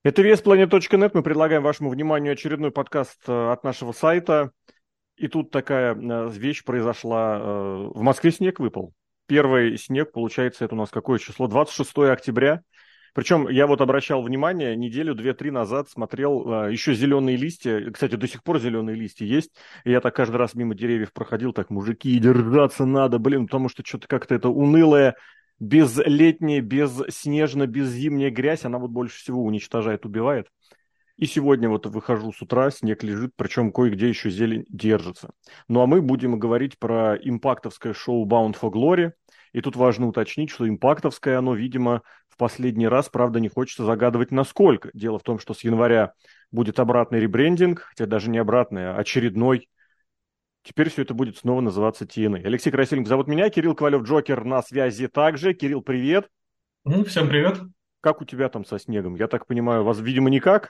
Это VSPlanet.net. Мы предлагаем вашему вниманию очередной подкаст от нашего сайта. И тут такая вещь произошла. В Москве снег выпал. Первый снег, получается, это у нас какое число? 26 октября. Причем я вот обращал внимание, неделю, две-три назад смотрел еще зеленые листья. Кстати, до сих пор зеленые листья есть. И я так каждый раз мимо деревьев проходил, так, мужики, держаться надо, блин, потому что что-то как-то это унылое, безлетняя, безснежно, беззимняя грязь, она вот больше всего уничтожает, убивает. И сегодня вот выхожу с утра, снег лежит, причем кое-где еще зелень держится. Ну а мы будем говорить про импактовское шоу Bound for Glory. И тут важно уточнить, что импактовское оно, видимо, в последний раз, правда, не хочется загадывать насколько. Дело в том, что с января будет обратный ребрендинг, хотя даже не обратный, а очередной. Теперь все это будет снова называться TNA. Алексей Красильников зовут меня, Кирилл Ковалев Джокер на связи также. Кирилл, привет. Всем привет. Как у тебя там со снегом? Я так понимаю, у вас, видимо, никак?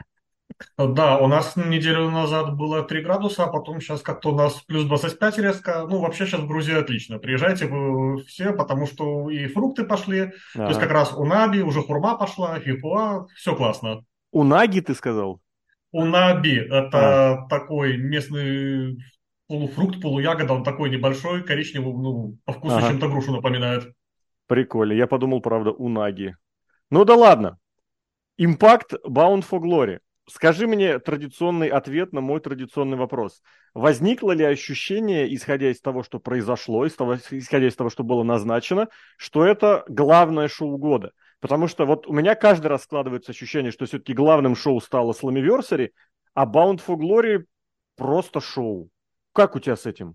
Да, у нас неделю назад было 3 градуса, а потом сейчас как-то у нас плюс 25 резко. Ну, вообще сейчас в Грузии отлично. Приезжайте вы все, потому что и фрукты пошли. То есть как Ага. раз унаби, уже хурма пошла, фихуа, все классно. Унаги, ты сказал? Унаби– А, это такой местный полуфрукт, полуягода, он такой небольшой, коричневый, ну, по вкусу ага, чем-то грушу напоминает. прикольно. Я подумал, правда, унаги. Ну да ладно. Импакт Bound for Glory. Скажи мне традиционный ответ на мой традиционный вопрос. Возникло ли ощущение, исходя из того, что произошло, исходя из того, что было назначено, что это главное шоу года? Потому что вот у меня каждый раз складывается ощущение, что все-таки главным шоу стало Slammiversary, а Bound for Glory просто шоу. Как у тебя с этим?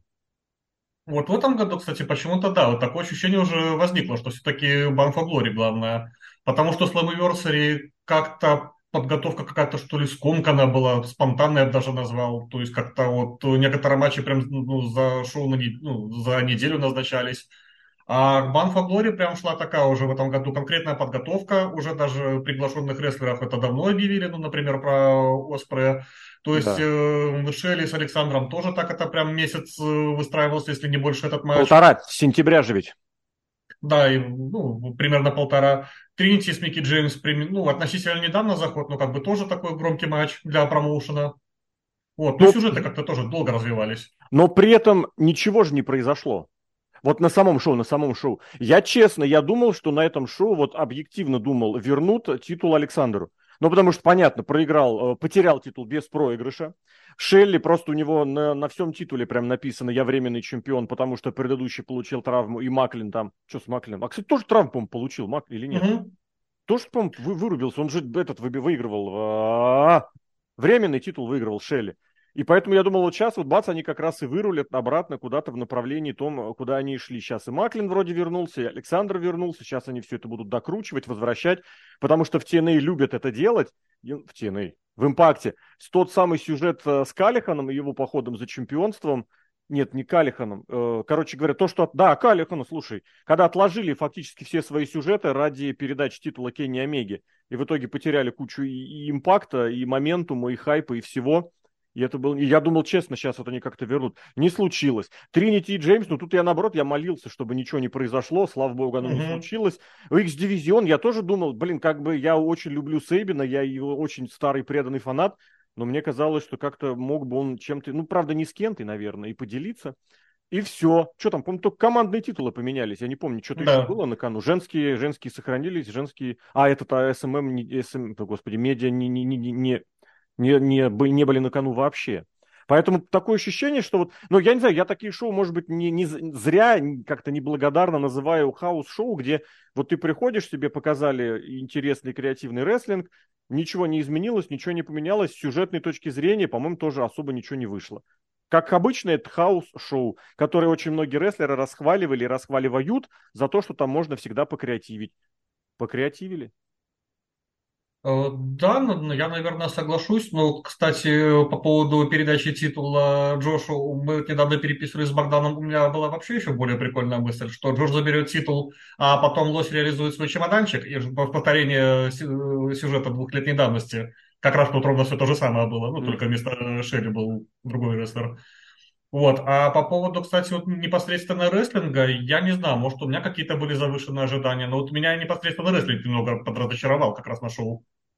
Вот в этом году, кстати, почему-то да, вот такое ощущение уже возникло, что все-таки Bound for Glory главное. Потому что Slammiversary как-то подготовка какая-то, что ли, скомканная была, спонтанная я бы даже назвал. То есть как-то вот некоторые матчи прям ну, за шоу ну, за неделю назначались. А к Bound for Glory прям шла такая уже в этом году конкретная подготовка. Уже даже приглашенных рестлеров это давно объявили, ну, например, про Оспрея. То есть Да. Шелли с Александром тоже так это прям месяц выстраивался, если не больше этот матч. Полтора, с сентября же ведь. Да, и, ну, примерно полтора. Тринити с Микки Джеймс, ну, относительно недавно заход, но как бы тоже такой громкий матч для промоушена. Вот, ну и Но, сюжеты как-то тоже долго развивались. но при этом ничего же не произошло. Вот на самом шоу, на самом шоу. Я честно, я думал, что на этом шоу, вот объективно думал, вернут титул Александру. Ну, потому что, понятно, проиграл, потерял титул без проигрыша. Шелли просто у него на всем титуле прям написано «Я временный чемпион», потому что предыдущий получил травму, и Маклин там... Что с Маклином? А, кстати, тоже травму, по-моему, получил, Мак или нет? Мгм. Тоже, по-моему, вырубился. Он же этот выигрывал. Временный титул выигрывал Шелли. И поэтому я думал, вот сейчас вот бац, они как раз и вырулят обратно куда-то в направлении том, куда они и шли. Сейчас и Маклин вроде вернулся, и Александр вернулся. Сейчас они все это будут докручивать, возвращать, потому что в TNA любят это делать. В TNA, в Импакте. Тот самый сюжет с Калиханом и его походом за чемпионством. Нет, не Калиханом. Короче говоря, то, что... Да, Калихану, слушай. Когда отложили фактически все свои сюжеты ради передачи титула Кенни Омеги, и в итоге потеряли кучу и импакта, и моментума, и хайпа, и всего. И это был... И я думал, честно, сейчас вот они как-то вернут. Не случилось. Тринити и Джеймс, ну тут я наоборот, я молился, чтобы ничего не произошло. Слава богу, оно не Мгм. случилось. В X-дивизион я тоже думал, блин, как бы я очень люблю Сейбина, я его очень старый преданный фанат, но мне казалось, что как-то мог бы он чем-то, ну, правда, не с кем-то, наверное, и поделиться. И все. Что там, помню, только командные титулы поменялись. Я не помню, что-то еще Да. было на кону. Женские сохранились, женские... А, этот СММ, господи, медиа не были на кону вообще. Поэтому такое ощущение, что вот, ну, я не знаю, я такие шоу, может быть, не зря как-то неблагодарно называю хаус-шоу, где вот ты приходишь, тебе показали интересный креативный рестлинг, ничего не изменилось, ничего не поменялось, с сюжетной точки зрения, по-моему, тоже особо ничего не вышло. Как обычно, это хаус-шоу, которое очень многие рестлеры расхваливали и расхваливают за то, что там можно всегда покреативить. Покреативили. Да, я, наверное, соглашусь. Но, кстати, по поводу передачи титула Джошу, мы вот недавно переписывались с Богданом, у меня была вообще еще более прикольная мысль, что Джош заберет титул, а потом Лось реализует свой чемоданчик, и повторение сюжета двухлетней давности. Как раз тут ровно все то же самое было, ну, только вместо Шерри был другой рестлер. Вот. А по поводу, кстати, вот непосредственно рестлинга, я не знаю, может, у меня какие-то были завышенные ожидания, но вот меня непосредственно рестлинг немного подразочаровал как раз на шоу.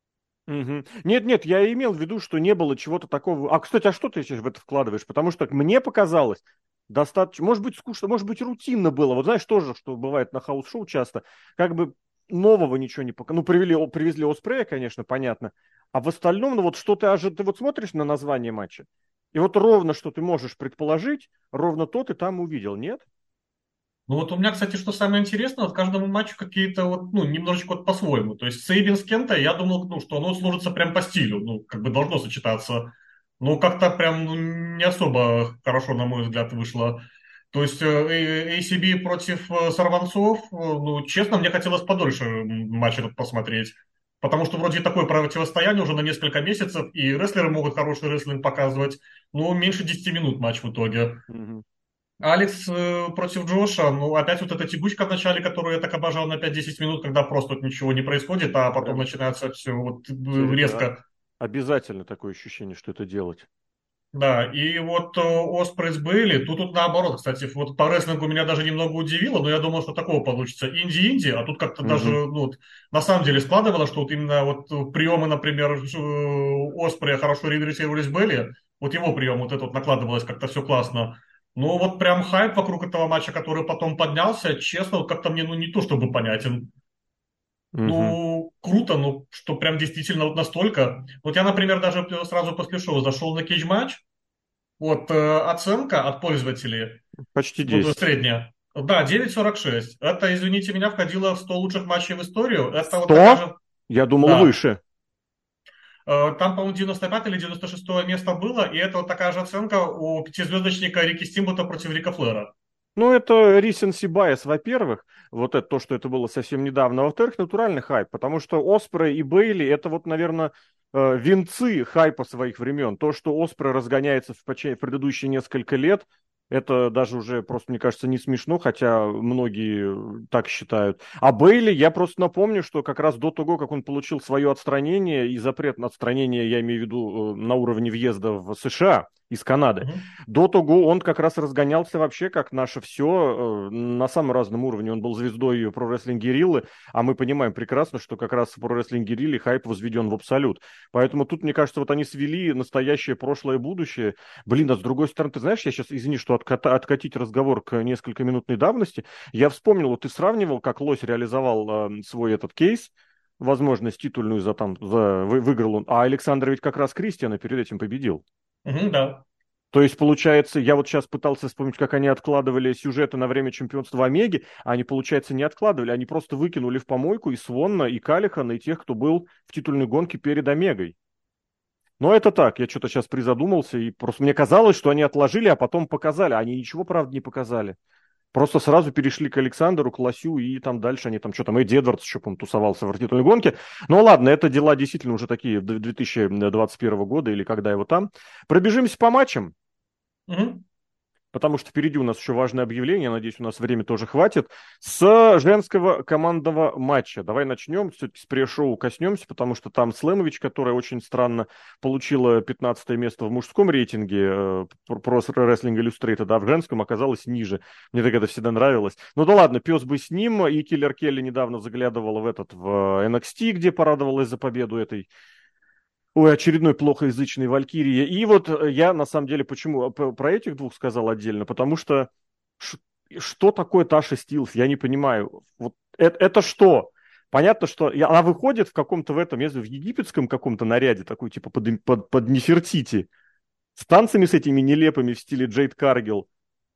Мгм. Нет, нет, я имел в виду, что не было чего-то такого. А, кстати, а что ты сейчас в это вкладываешь? Потому что мне показалось достаточно, может быть, скучно, может быть, рутинно было. Вот знаешь, тоже, что бывает на хаус-шоу часто, как бы нового ничего не показали. Ну, привезли Оспрея, конечно, понятно. А в остальном, ну вот что ты ожидаешь, ты вот смотришь на название матча, и вот ровно, что ты можешь предположить, ровно то ты там увидел, нет? Ну вот у меня, кстати, что самое интересное, вот каждому матчу какие-то вот, ну, немножечко вот по-своему. То есть Сейбин с Кента, я думал, ну, что оно сложится прям по стилю, ну, как бы должно сочетаться. Но как-то прям ну, не особо хорошо, на мой взгляд, вышло. То есть ACB против сорванцов, ну, честно, мне хотелось подольше матч этот посмотреть. Потому что вроде такое противостояние уже на несколько месяцев, и рестлеры могут хороший рестлинг показывать, но меньше 10 минут матч в итоге. Мгм. Алекс против Джоша, ну, опять вот эта тягучка в начале, которую я так обожал на 5-10 минут, когда просто вот ничего не происходит, а потом Прям начинается все вот это резко. обязательно такое ощущение, что это делать. Да, и вот Оспрей с Бейли, тут наоборот, кстати, вот по рестлингу меня даже немного удивило, но я думал, что такого получится инди-инди, а тут как-то даже, Мгм. ну, вот, на самом деле складывалось, что вот именно вот приемы, например, Оспрея хорошо реверсировались Бейли, вот его прием, вот это вот накладывалось как-то все классно. Но вот прям хайп вокруг этого матча, который потом поднялся, честно, вот как-то мне, ну, не то чтобы понятен. Мгм. Ну, круто, ну, что прям действительно вот настолько. Вот я, например, даже сразу после шоу зашел на кейдж-матч, вот оценка от пользователей, Почти вот 10. средняя. Да, 9,46. Это, извините меня, входило в 100 лучших матчей в историю. Это вот такая 100? же, Я думал да. выше. Там, по-моему, 95 или 96 место было, и это вот такая же оценка у пятизвездочника Рики Стимбота против Рика Флера. Ну, это recency bias, во-первых, вот это то, что это было совсем недавно, а во-вторых, натуральный хайп, потому что Оспрей и Бейли это вот, наверное, венцы хайпа своих времен. То, что Оспрей разгоняется в предыдущие несколько лет, это даже уже просто, мне кажется, не смешно, хотя многие так считают. А Бейли, я просто напомню, что как раз до того, как он получил свое отстранение и запрет на отстранение, я имею в виду на уровне въезда в США из Канады, Мгм. до того он как раз разгонялся вообще как наше все на самом разном уровне. Он был звездой про-рестлинг Гериллы, а мы понимаем прекрасно, что как раз в про-рестлинг Герилле хайп возведен в абсолют. Поэтому тут, мне кажется, вот они свели настоящее, прошлое, будущее. Блин, а с другой стороны, ты знаешь, я сейчас, извини, что откатить разговор к несколько минутной давности, я вспомнил, вот ты сравнивал, как Лось реализовал свой этот кейс, возможность титульную выиграл он, а Александр ведь как раз Кристиана перед этим победил. Мгм, да. То есть, получается, я вот сейчас пытался вспомнить, как они откладывали сюжеты на время чемпионства Омеги, а они, получается, не откладывали, они просто выкинули в помойку и Свонна, и Калихана, и тех, кто был в титульной гонке перед Омегой. Но это так, я что-то сейчас призадумался, и просто мне казалось, что они отложили, а потом показали. Они ничего, правда, не показали. Просто сразу перешли к Александру, к Лосю, и там дальше они там что там, Эдди Эдвардс еще, по-моему, тусовался в титульной гонке. Ну ладно, это дела действительно уже такие 2021 года или когда его там. Пробежимся по матчам. Мгм. Потому что впереди у нас еще важное объявление, надеюсь, у нас время тоже хватит, с женского командного матча. Давай начнем, все-таки с пресс-шоу коснемся, потому что там Слэмович, которая очень странно получила 15 место в мужском рейтинге про Wrestling Illustrated, а в женском оказалась ниже. Мне так это всегда нравилось. Ну да ладно, пес бы с ним, и Киллер Келли недавно заглядывала в NXT, где порадовалась за победу этой. Ой, очередной плохоязычный Валькирии. И вот я, на самом деле, почему про этих двух сказал отдельно, потому что ш- что такое Таша Стилс, я не понимаю. Вот это что? Понятно, что она выходит в каком-то в этом, я знаю, в египетском каком-то наряде, такой типа под Нефертити, с танцами с этими нелепыми в стиле Джейд Каргил.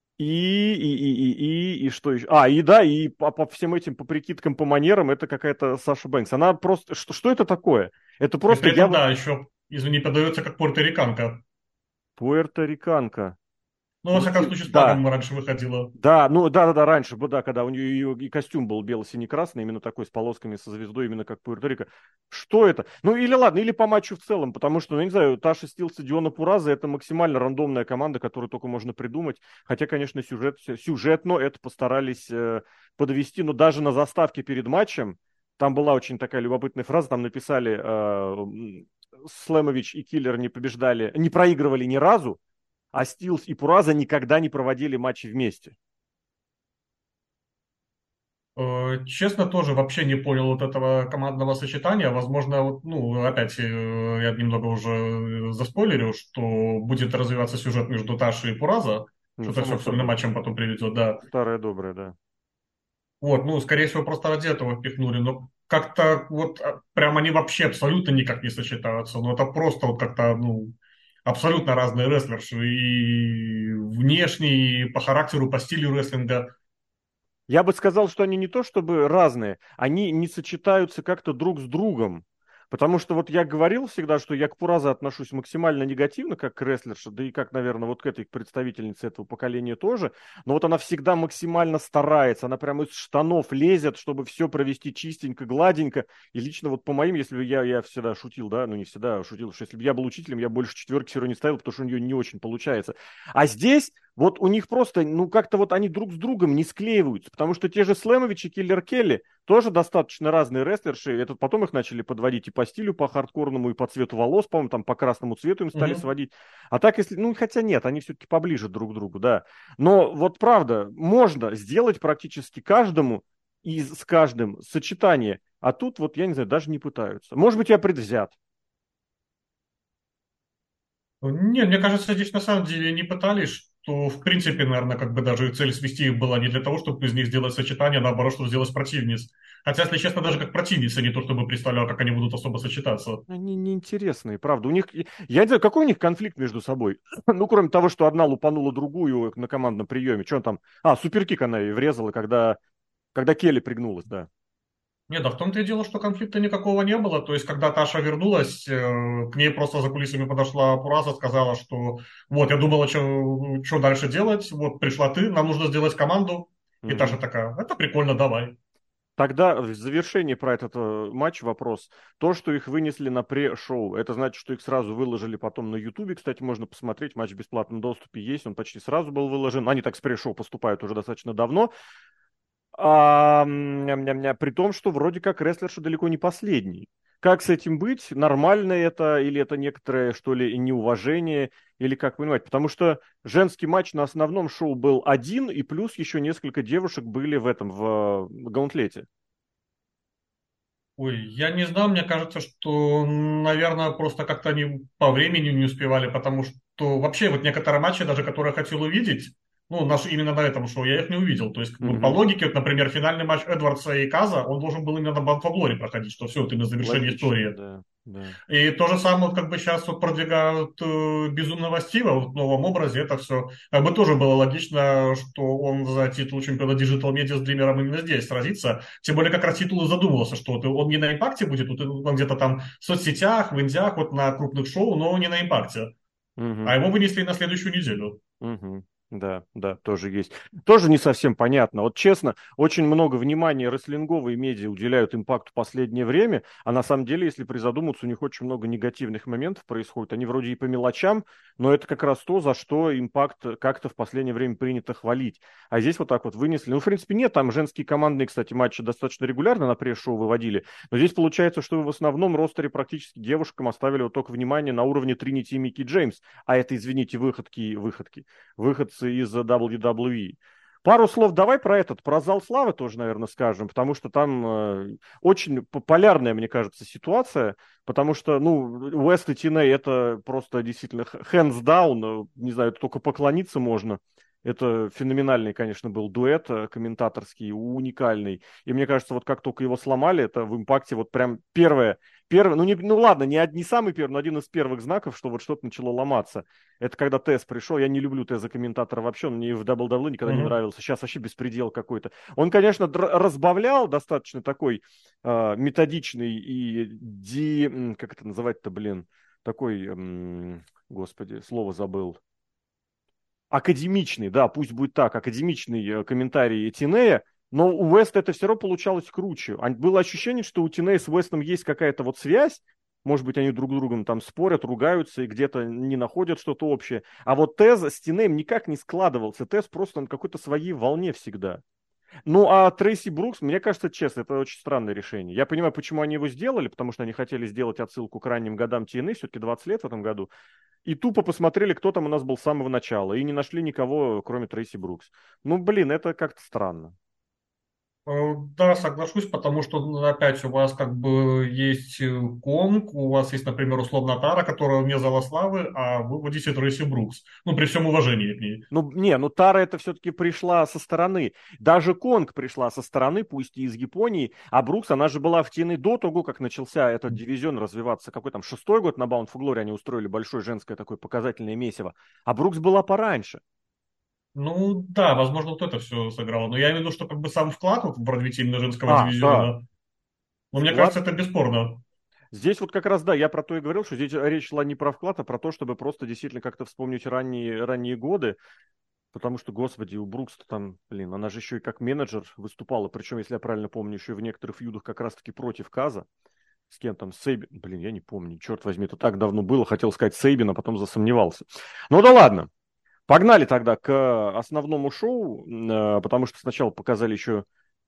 И что еще? А, и да, и по всем этим, по прикидкам, по манерам, это какая-то Саша Бэнкс. Она просто... Что это такое? Это И просто при я этом, вот да, еще, извини, подается как пуэрториканка. Пуэрториканка. Ну, во Вот, всяком случае, с да, флагом раньше выходила. да, ну да, раньше, да, когда у нее и костюм был бело-синий-красный, именно такой с полосками, со звездой, именно как Пуэрто-Рико. Что это? Ну или ладно, или по матчу в целом, потому что, ну, я не знаю, Таша Стилс и Диона Пураза это максимально рандомная команда, которую только можно придумать. Хотя, конечно, сюжетно это постарались подвести, но даже на заставке перед матчем, там была очень такая любопытная фраза, там написали Слэмович и Киллер не побеждали, не проигрывали ни разу, а Стилс и Пураза никогда не проводили матчи вместе. Честно, тоже вообще не понял вот этого командного сочетания. Возможно, вот, ну, опять я немного уже заспойлерил, что будет развиваться сюжет между Ташей и Пураза, Ну, что это все само к финальным собой. матчам потом приведет, да. Старое доброе, да. Вот, ну, скорее всего, просто ради этого впихнули, но как-то вот прям они вообще абсолютно никак не сочетаются. Ну, это просто вот как-то, ну, абсолютно разные рестлерши и внешне, и по характеру, по стилю рестлинга. Я бы сказал, что они не то чтобы разные, они не сочетаются как-то друг с другом. Потому что вот я говорил всегда, что я к Пураза отношусь максимально негативно, как к рестлерше, да и как, наверное, вот к этой представительнице этого поколения тоже. Но вот она всегда максимально старается, она прямо из штанов лезет, чтобы все провести чистенько, гладенько. И лично вот по моим, если бы я всегда шутил, да, ну не всегда шутил, что если бы я был учителем, я больше четверки все равно не ставил, потому что у нее не очень получается. А здесь вот у них просто, ну как-то вот они друг с другом не склеиваются, потому что те же Слэмович и Киллер Келли тоже достаточно разные рестлерши. Этот потом их начали подводить и по стилю, по хардкорному, и по цвету волос, по-моему, там по красному цвету им стали Мгм. сводить. А так, если, ну хотя нет, они все-таки поближе друг к другу, да. Но вот правда, можно сделать практически каждому и с каждым сочетание. А тут вот, я не знаю, даже не пытаются. Может быть, я предвзят. Нет, мне кажется, здесь на самом деле не пытались, что в принципе, наверное, как бы даже цель свести их была не для того, чтобы из них сделать сочетание, а наоборот, чтобы сделать противниц. Хотя, если честно, даже как противницы не то, чтобы представлял, как они будут особо сочетаться. Они неинтересные, правда. У них, я не знаю, какой у них конфликт между собой. Ну, кроме того, что одна лупанула другую на командном приеме. Что он там? А, суперкик она ей врезала, когда Келли пригнулась, да. Нет, да в том-то и дело, что конфликта никакого не было. То есть, когда Таша вернулась, к ней просто за кулисами подошла Пураза, сказала, что вот, я думала, что дальше делать, вот пришла ты, нам нужно сделать команду. И Таша Мгм. такая, это прикольно, давай. Тогда в завершении про этот матч вопрос. То, что их вынесли на пре-шоу, это значит, что их сразу выложили потом на Ютубе. Кстати, можно посмотреть, матч в бесплатном доступе есть, он почти сразу был выложен. Они так с пре-шоу поступают уже достаточно давно. При том, что вроде как рестлерша далеко не последний. Как с этим быть? Нормально это или это некоторое, что ли, неуважение? Или как понимать? Потому что женский матч на основном шоу был один, и плюс еще несколько девушек были в этом, в гаунтлете. Ой, я не знаю, мне кажется, что, наверное, просто как-то они по времени не успевали, потому что вообще вот некоторые матчи, даже которые я хотел увидеть, ну, именно на этом шоу, я их не увидел. То есть, как бы, по Мгм. логике, вот, например, финальный матч Эдвардса и Каза, он должен был именно на Bound for Glory проходить, что все, это именно завершение Логично, истории. да, да. И то же самое, вот, как бы сейчас вот продвигают Безумного Стива вот, в новом образе, это все. Как бы тоже было логично, что он за титул чемпиона Digital Media с Дримером именно здесь сразится. Тем более, как раз титул и задумывался, что вот он не на импакте будет, вот он где-то там в соцсетях, в индиах, вот на крупных шоу, но не на импакте. А Мгм. его вынесли на следующую неделю. Мгм. Да, да, тоже есть. Тоже не совсем понятно. Вот честно, очень много внимания рестлинговые медиа уделяют импакту в последнее время, а на самом деле, если призадуматься, у них очень много негативных моментов происходит. Они вроде и по мелочам, но это как раз то, за что импакт как-то в последнее время принято хвалить. А здесь вот так вот вынесли. Ну, в принципе, нет, там женские командные, кстати, матчи достаточно регулярно на пресс-шоу выводили, но здесь получается, что в основном ростере практически девушкам оставили вот только внимание на уровне Тринити и Микки Джеймс, а это, извините, выходцы из WWE. Пару слов давай про этот, про Зал Славы тоже, наверное, скажем, потому что там очень популярная, мне кажется, ситуация, потому что, ну, Уэст и Тиней это просто действительно hands down, не знаю, это только поклониться можно. Это феноменальный, конечно, был дуэт комментаторский, уникальный. И мне кажется, вот как только его сломали, это в импакте вот прям первое, ну, ну ладно, не самый первый, но один из первых знаков, что вот что-то начало ломаться. Это когда Тесс пришел. Я не люблю Тесса комментатора вообще. Он мне в WWE никогда не Мгм. нравился. Сейчас вообще беспредел какой-то. Он, конечно, разбавлял достаточно такой методичный и как это называть-то, блин, такой, господи, слово забыл. Академичный, да, пусть будет так, академичный комментарий Тинея, но у Уэста это все равно получалось круче. Было ощущение, что у Тинея с Уэстом есть какая-то вот связь, может быть, они друг с другом там спорят, ругаются и где-то не находят что-то общее. А вот Тез с Тинеем никак не складывался. Тез просто на какой-то своей волне всегда. Ну, а Трейси Брукс, мне кажется, честно, это очень странное решение. Я понимаю, почему они его сделали, потому что они хотели сделать отсылку к ранним годам TNA, все-таки 20 лет в этом году. И тупо посмотрели, кто там у нас был с самого начала, и не нашли никого, кроме Трейси Брукс. Ну, блин, это как-то странно. Да, соглашусь, потому что опять у вас как бы есть Конг, у вас есть, например, условно Тара, которая вне зала славы, а вы вводите Трейси Брукс. Ну, при всем уважении к ней. Ну, не, ну Тара это все-таки пришла со стороны. Даже Конг пришла со стороны, пусть и из Японии, а Брукс, она же была в тены до того, как начался этот дивизион развиваться. Какой там, шестой год на Bound for Glory они устроили большое женское такое показательное месиво. А Брукс была пораньше. Ну, да, возможно, вот это все сыграло. Но я имею в виду, что как бы сам вклад вот в развитие именно женского Да, дивизиона, ну, мне вклад. кажется, это бесспорно. Здесь вот как раз, да, я про то и говорил, что здесь речь шла не про вклад, а про то, чтобы просто действительно как-то вспомнить ранние годы. Потому что, господи, у Брукс там, блин, она же еще и как менеджер выступала. Причем, если я правильно помню, еще и в некоторых фьюдах как раз-таки против Каза. С кем там, Сейбин. Блин, я не помню. Черт возьми, это так давно было. Хотел сказать Сейбин, а потом засомневался. Ну да ладно. Погнали тогда к основному шоу, потому что сначала показали еще...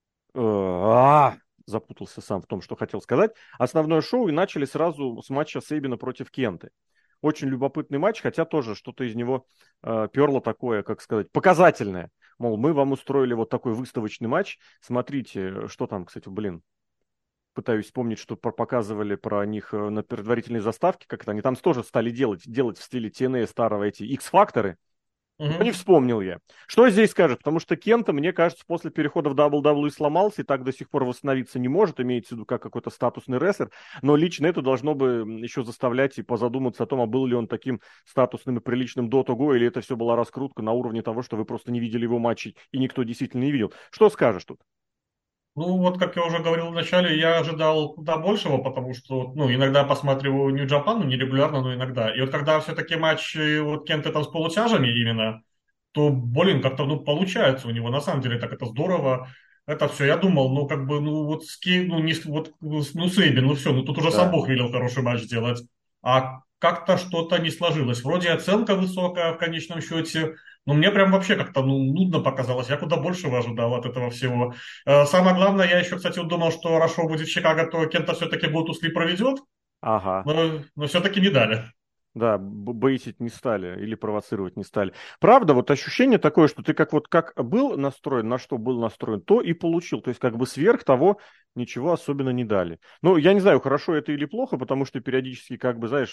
запутался сам в том, что хотел сказать. Основное шоу и начали сразу с матча Сейбина против Кенты. Очень любопытный матч, хотя тоже что-то из него перло такое, как сказать, показательное. Мол, мы вам устроили вот такой выставочный матч. Смотрите, что там, кстати, блин, пытаюсь вспомнить, что показывали про них на предварительной заставке, как это они там тоже стали делать в стиле TNA старого эти X-факторы. Но не Мгм. вспомнил я. Что здесь скажешь? Потому что Кента, мне кажется, после перехода в WWE сломался и так до сих пор восстановиться не может, имеется в виду как какой-то статусный рестлер, но лично это должно бы еще заставлять и позадуматься о том, а был ли он таким статусным и приличным до того, или это все была раскрутка на уровне того, что вы просто не видели его матчей и никто действительно не видел. Что скажешь тут? Ну, вот как я уже говорил в начале, я ожидал куда большего, потому что, ну, иногда посматриваю New Japan, ну, не регулярно, но иногда. И вот когда все-таки матчи вот Кента там с полутяжами именно, то, блин, как-то, ну, получается у него, на самом деле, так это здорово. Это все, я думал, ну, как бы, ну, вот, ну, не, вот, ну, Сейбин, ну, все, ну, тут уже сам Да. Бог велел хороший матч сделать. А как-то что-то не сложилось. Вроде оценка высокая в конечном счете, но мне прям вообще как-то, ну, нудно показалось. Я куда большего ожидал от этого всего. Самое главное, я еще, кстати, вот думал, что раз шоу будет в Чикаго, то Кента все-таки Бут Усли проведет, Ага. но все-таки не дали. Да, бейтить не стали или провоцировать не стали. Правда, вот ощущение такое, что ты как вот как был настроен, на что был настроен, то и получил. То есть как бы сверх того ничего особенно не дали. Ну, я не знаю, хорошо это или плохо, потому что периодически, как бы, знаешь,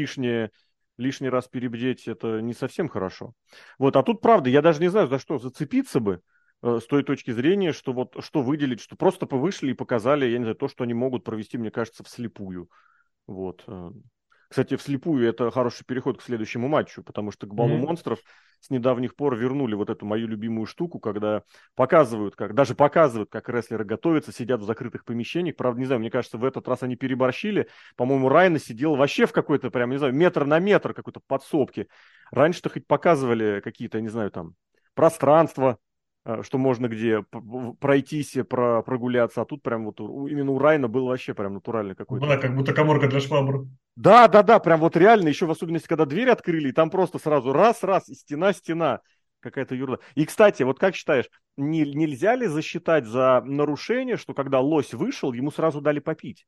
лишний раз перебдеть это не совсем хорошо. Вот, а тут правда, я даже не знаю, за что зацепиться бы с той точки зрения, что вот что выделить, что просто повышали и показали, я не знаю, то, что они могут провести, мне кажется, вслепую. Вот. Кстати, вслепую это хороший переход к следующему матчу, потому что к Балу Мгм. монстров с недавних пор вернули вот эту мою любимую штуку, когда показывают, даже показывают, как рестлеры готовятся, сидят в закрытых помещениях. Правда, не знаю, мне кажется, в этот раз они переборщили. По-моему, Райна сидел вообще в какой-то, прям, не знаю, метр на метр какой-то подсобке. Раньше-то хоть показывали какие-то, не знаю, там, пространства, что можно где пройтись, прогуляться, а тут прям вот именно у Райна был вообще прям натуральный какой-то. Да, как будто каморка для швабры. Да, да, да, прям вот реально, еще в особенности, когда дверь открыли, и там просто сразу раз, и стена, какая-то ерунда. И, кстати, вот как считаешь, нельзя ли засчитать за нарушение, что когда лось вышел, ему сразу дали попить?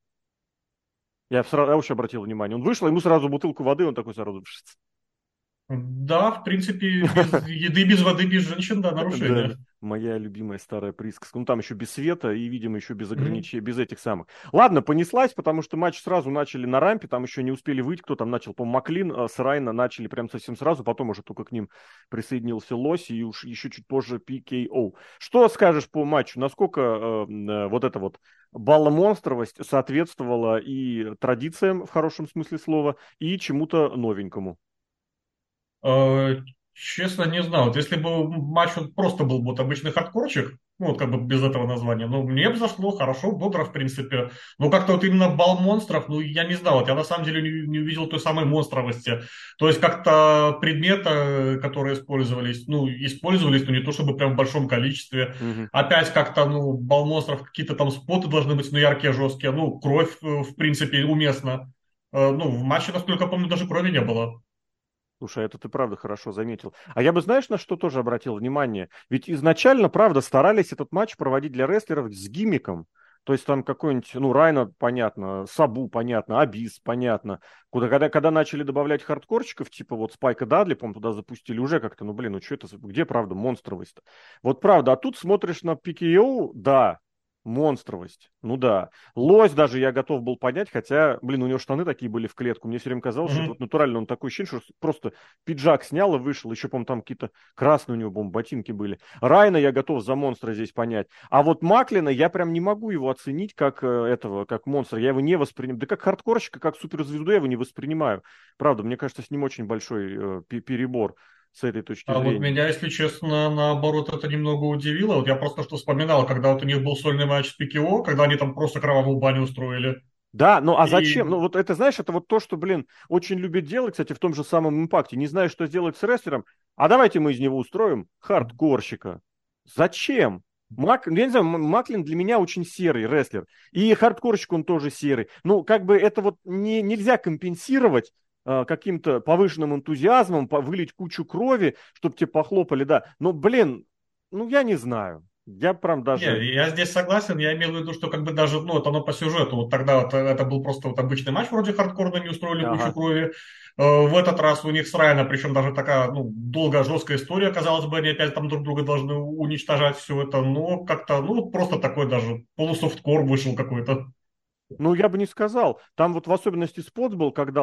Я очень обратил внимание. Он вышел, ему сразу бутылку воды, он такой сразу... Да, в принципе, без еды, без воды, без женщин, да, Да, да. нарушение. Моя любимая старая присказка. Ну, там еще без света и, видимо, еще без Мгм. ограничений, без этих самых. Ладно, понеслась, потому что матч сразу начали на рампе, там еще не успели выйти, кто там начал, по-моему, Маклин с Райна начали прям совсем сразу, потом уже только к ним присоединился Лось и уж еще чуть позже PKO. Что скажешь по матчу? Насколько вот эта вот балломонстровость соответствовала и традициям, в хорошем смысле слова, и чему-то новенькому? Э, Честно, не знаю. Вот если бы матч вот просто был бы вот обычный хардкорчик, ну, вот как бы без этого названия, ну, мне бы зашло хорошо, бодро, в принципе. Но как-то вот именно бал монстров, ну, я не знаю, вот я на самом деле не увидел той самой монстровости. То есть как-то предметы, которые использовались, но не то чтобы прям в большом количестве. Мгм. Опять как-то, ну, бал монстров, какие-то там споты должны быть, ну, яркие, жесткие. Ну, кровь, в принципе, уместно. Ну, в матче, насколько я помню, даже крови не было. Слушай, это ты правда хорошо заметил. А я бы, знаешь, на что тоже обратил внимание? Ведь изначально, правда, старались этот матч проводить для рестлеров с гиммиком. То есть там какой-нибудь, ну, Райна, понятно, Сабу, понятно, Абис, понятно. Когда начали добавлять хардкорчиков, типа вот Спайка Дадли, по-моему, туда запустили, уже как-то, ну, блин, ну, что это, где, правда, монстровость-то? Вот правда, а тут смотришь на PKO, да, Монстровость. Ну да. Лось даже я готов был понять, хотя, блин, у него штаны такие были в клетку. Мне все время казалось, что это вот Мгм. натурально, он такой ощущение, что просто пиджак снял и вышел. Еще, по-моему, там какие-то красные у него, по-моему, ботинки были. Райна я готов за монстра здесь понять. А вот Маклина я прям не могу его оценить как этого, как монстра. Я его не воспринимаю. Да как хардкорщика, как суперзвезду я его не воспринимаю. Правда, мне кажется, с ним очень большой перебор с этой точки А вот зрения. меня, если честно, наоборот, это немного удивило. Вот я просто что вспоминал, когда вот у них был сольный матч с ПКО, когда они там просто кровавую баню устроили. Да, ну а зачем? И Ну вот это, знаешь, это вот то, что, блин, очень любят делать, кстати, в том же самом импакте. Не знаю, что сделать с рестлером, а давайте мы из него устроим хардкорщика. Зачем? Я не знаю, Маклин для меня очень серый рестлер. И хардкорщик он тоже серый. Ну, как бы это вот нельзя компенсировать каким-то повышенным энтузиазмом, вылить кучу крови, чтобы тебе похлопали, да. Но, блин, ну я не знаю. Я прям даже... не, я здесь согласен, я имел в виду, что как бы даже, ну, вот оно по сюжету, вот тогда вот это был просто вот обычный матч вроде хардкорно, не устроили кучу Ага. крови. В этот раз у них с Райана, причем даже такая, ну, долгая, жесткая история, казалось бы, они опять там друг друга должны уничтожать все это, но как-то, ну, вот просто такой даже полусофткор вышел какой-то. Ну, я бы не сказал. Там вот в особенности спот был, когда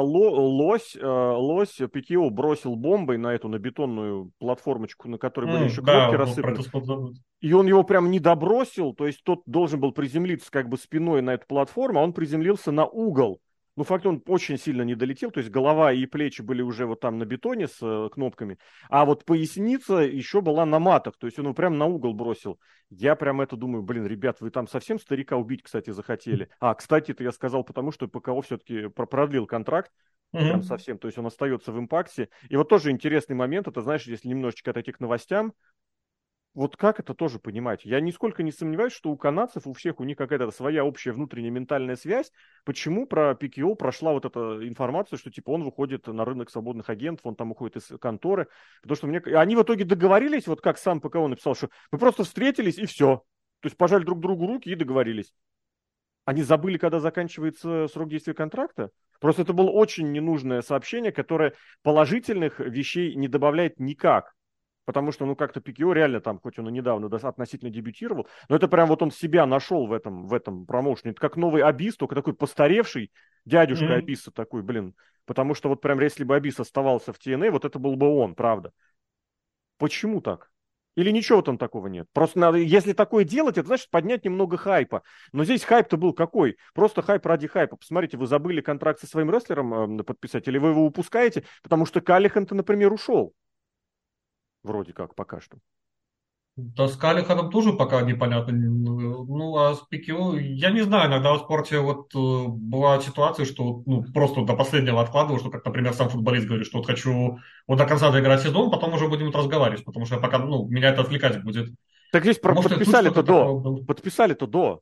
лось Пикио бросил бомбой на эту, на бетонную платформочку, на которой были еще кнопки Да, вот про рассыпаны. это спот забыл. И он его прям не добросил, то есть тот должен был приземлиться как бы спиной на эту платформу, а он приземлился на угол. Ну, факт, он очень сильно не долетел, то есть голова и плечи были уже вот там на бетоне с кнопками, а вот поясница еще была на матах, то есть он его прям на угол бросил. Я прям это думаю, блин, ребят, вы там совсем старика убить, кстати, захотели. А, кстати, это я сказал потому, что ПКО все-таки продлил контракт, прям Мгм. совсем, то есть он остается в импакте. И вот тоже интересный момент, это, знаешь, если немножечко отойти к новостям, вот как это тоже понимать? Я нисколько не сомневаюсь, что у канадцев, у всех, у них какая-то своя общая внутренняя ментальная связь. Почему про ПКО прошла вот эта информация, что типа он выходит на рынок свободных агентов, он там уходит из конторы. Потому что мне... Они в итоге договорились, вот как сам ПКО написал, что мы просто встретились и все. То есть пожали друг другу руки и договорились. Они забыли, когда заканчивается срок действия контракта? Просто это было очень ненужное сообщение, которое положительных вещей не добавляет никак. Потому что, ну, как-то Пикио реально там, хоть он и недавно относительно дебютировал, но это прям вот он себя нашел в этом промоушене. Это как новый Абис, только такой постаревший дядюшка Мгм. Абиса такой, блин. Потому что вот прям если бы Абис оставался в TNA, вот это был бы он, правда. Почему так? Или ничего там такого нет? Просто надо, если такое делать, это значит поднять немного хайпа. Но здесь хайп-то был какой? Просто хайп ради хайпа. Посмотрите, вы забыли контракт со своим рестлером подписать, или вы его упускаете, потому что Калихан-то, например, ушел. Вроде как, пока что. Да с Калиханом тоже пока непонятно. Ну, а с ПКО, я не знаю, иногда в спорте вот бывают ситуации, что ну, просто до последнего откладываю, что, как, например, сам футболист говорит, что вот хочу вот до конца доиграть сезон, потом уже будем вот разговаривать, потому что пока, ну, меня это отвлекать будет. Так здесь Может, и тут подписали-то что-то до. такое было. Подписали-то до.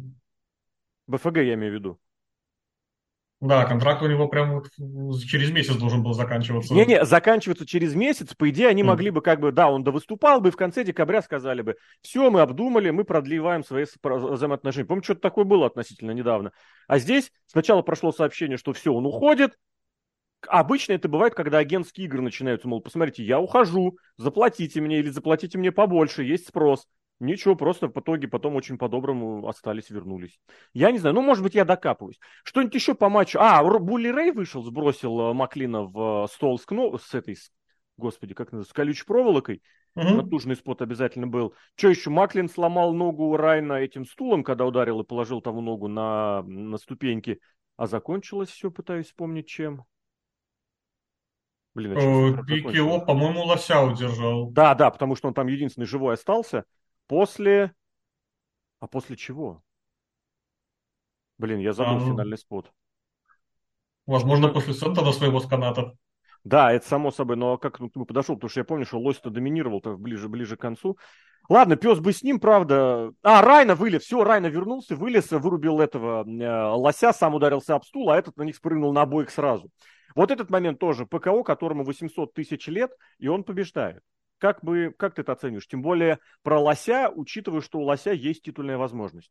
БФГ я имею в виду. Да, контракт у него прям вот через месяц должен был заканчиваться. Не-не, заканчивается через месяц. По идее, они могли М. бы как бы, да, он довыступал бы, и в конце декабря сказали бы, все, мы обдумали, мы продлеваем свои взаимоотношения. Помню, что-то такое было относительно недавно. А здесь сначала прошло сообщение, что все, он уходит. Обычно это бывает, когда агентские игры начинаются, мол, посмотрите, я ухожу, заплатите мне или заплатите мне побольше, есть спрос. Ничего, просто в итоге потом очень по-доброму остались, вернулись. Я не знаю, ну, может быть, я докапываюсь. Что-нибудь еще по матчу? А, Булли Рэй вышел, сбросил Маклина в стол с этой, господи, как называется, с колючей проволокой. Мгм. Натужный спот обязательно был. Что еще? Маклин сломал ногу Райна этим стулом, когда ударил и положил тому ногу на ступеньки. А закончилось все, пытаюсь вспомнить, чем. Блин, а чем все вдруг ПКО, закончилось? по-моему, лося удержал. Да, да, потому что он там единственный живой остался. После... А после чего? Блин, я А, забыл ну, финальный спот. возможно, Что-то... после центра до своего с каната. Да, это само собой, но как к нему подошел, потому что я помню, что лось-то доминировал-то ближе к концу. Ладно, пес бы с ним, правда. А, Райна вылез, все, Райна вернулся, вылез, вырубил этого лося, сам ударился об стул, а этот на них спрыгнул на обоих сразу. Вот этот момент тоже ПКО, которому 800 тысяч лет, и он побеждает. Как ты это оценишь? Тем более про лося, учитывая, что у лося есть титульная возможность.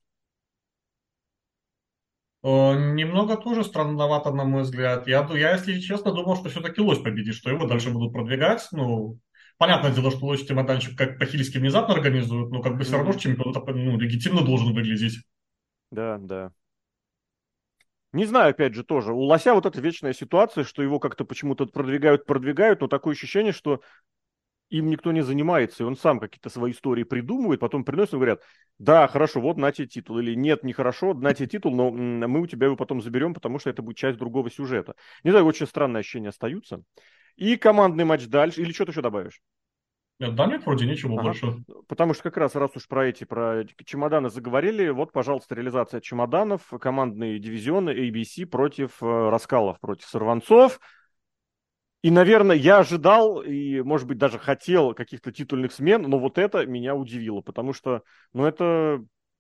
Немного тоже странновато, на мой взгляд. Я, если честно, думал, что все-таки лось победит, что его дальше Мгм. будут продвигать. Ну, понятное дело, что лучший чемоданчик как по-хильски внезапно организуют, но как бы все равно Мгм. же чемпион ну, легитимно должен выглядеть. Да, да. Не знаю, опять же, тоже. У Лося вот эта вечная ситуация, что его как-то почему-то продвигают, но такое ощущение, что им никто не занимается, и он сам какие-то свои истории придумывает, потом приносит и говорят, да, хорошо, вот на тебе титул, или нет, нехорошо, на тебе титул, но мы у тебя его потом заберем, потому что это будет часть другого сюжета. Не знаю, очень странные ощущения остаются. И командный матч дальше, или что-то еще добавишь? Нет, да нет, вроде ничего Ага. больше. Потому что как раз, раз уж про чемоданы заговорили, вот, пожалуйста, реализация чемоданов, командные дивизионы ABC против Раскалов, против Сорванцов. И, наверное, я ожидал и, может быть, даже хотел каких-то титульных смен, но вот это меня удивило, потому что, ну, это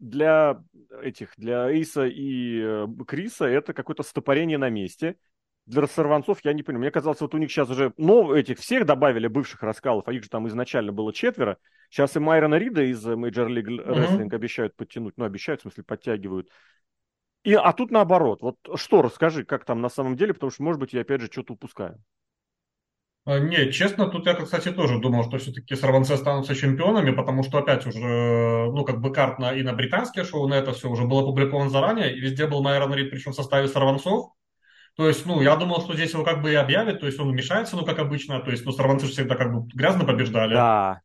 для Эйса и Криса это какое-то стопорение на месте. Для сорванцов я не понимаю. Мне казалось, вот у них сейчас уже, этих всех добавили, бывших раскалов, а их же там изначально было 4. Сейчас и Майрона Рида из Major League Wrestling Мгм. обещают подтянуть, ну, обещают, в смысле, подтягивают. А тут наоборот. Вот что, расскажи, как там на самом деле, потому что, может быть, я опять же что-то упускаю. Не, честно, тут я, кстати, тоже думал, что все-таки сорванцы останутся чемпионами, потому что опять уже, ну, как бы карт и на британские шоу, на это все уже было опубликовано заранее, и везде был Майрон Рид, причем в составе сорванцов. То есть, ну, я думал, что здесь его как бы и объявят, то есть он вмешается, ну, как обычно, то есть, ну, сорванцы же всегда как бы грязно побеждали. Да,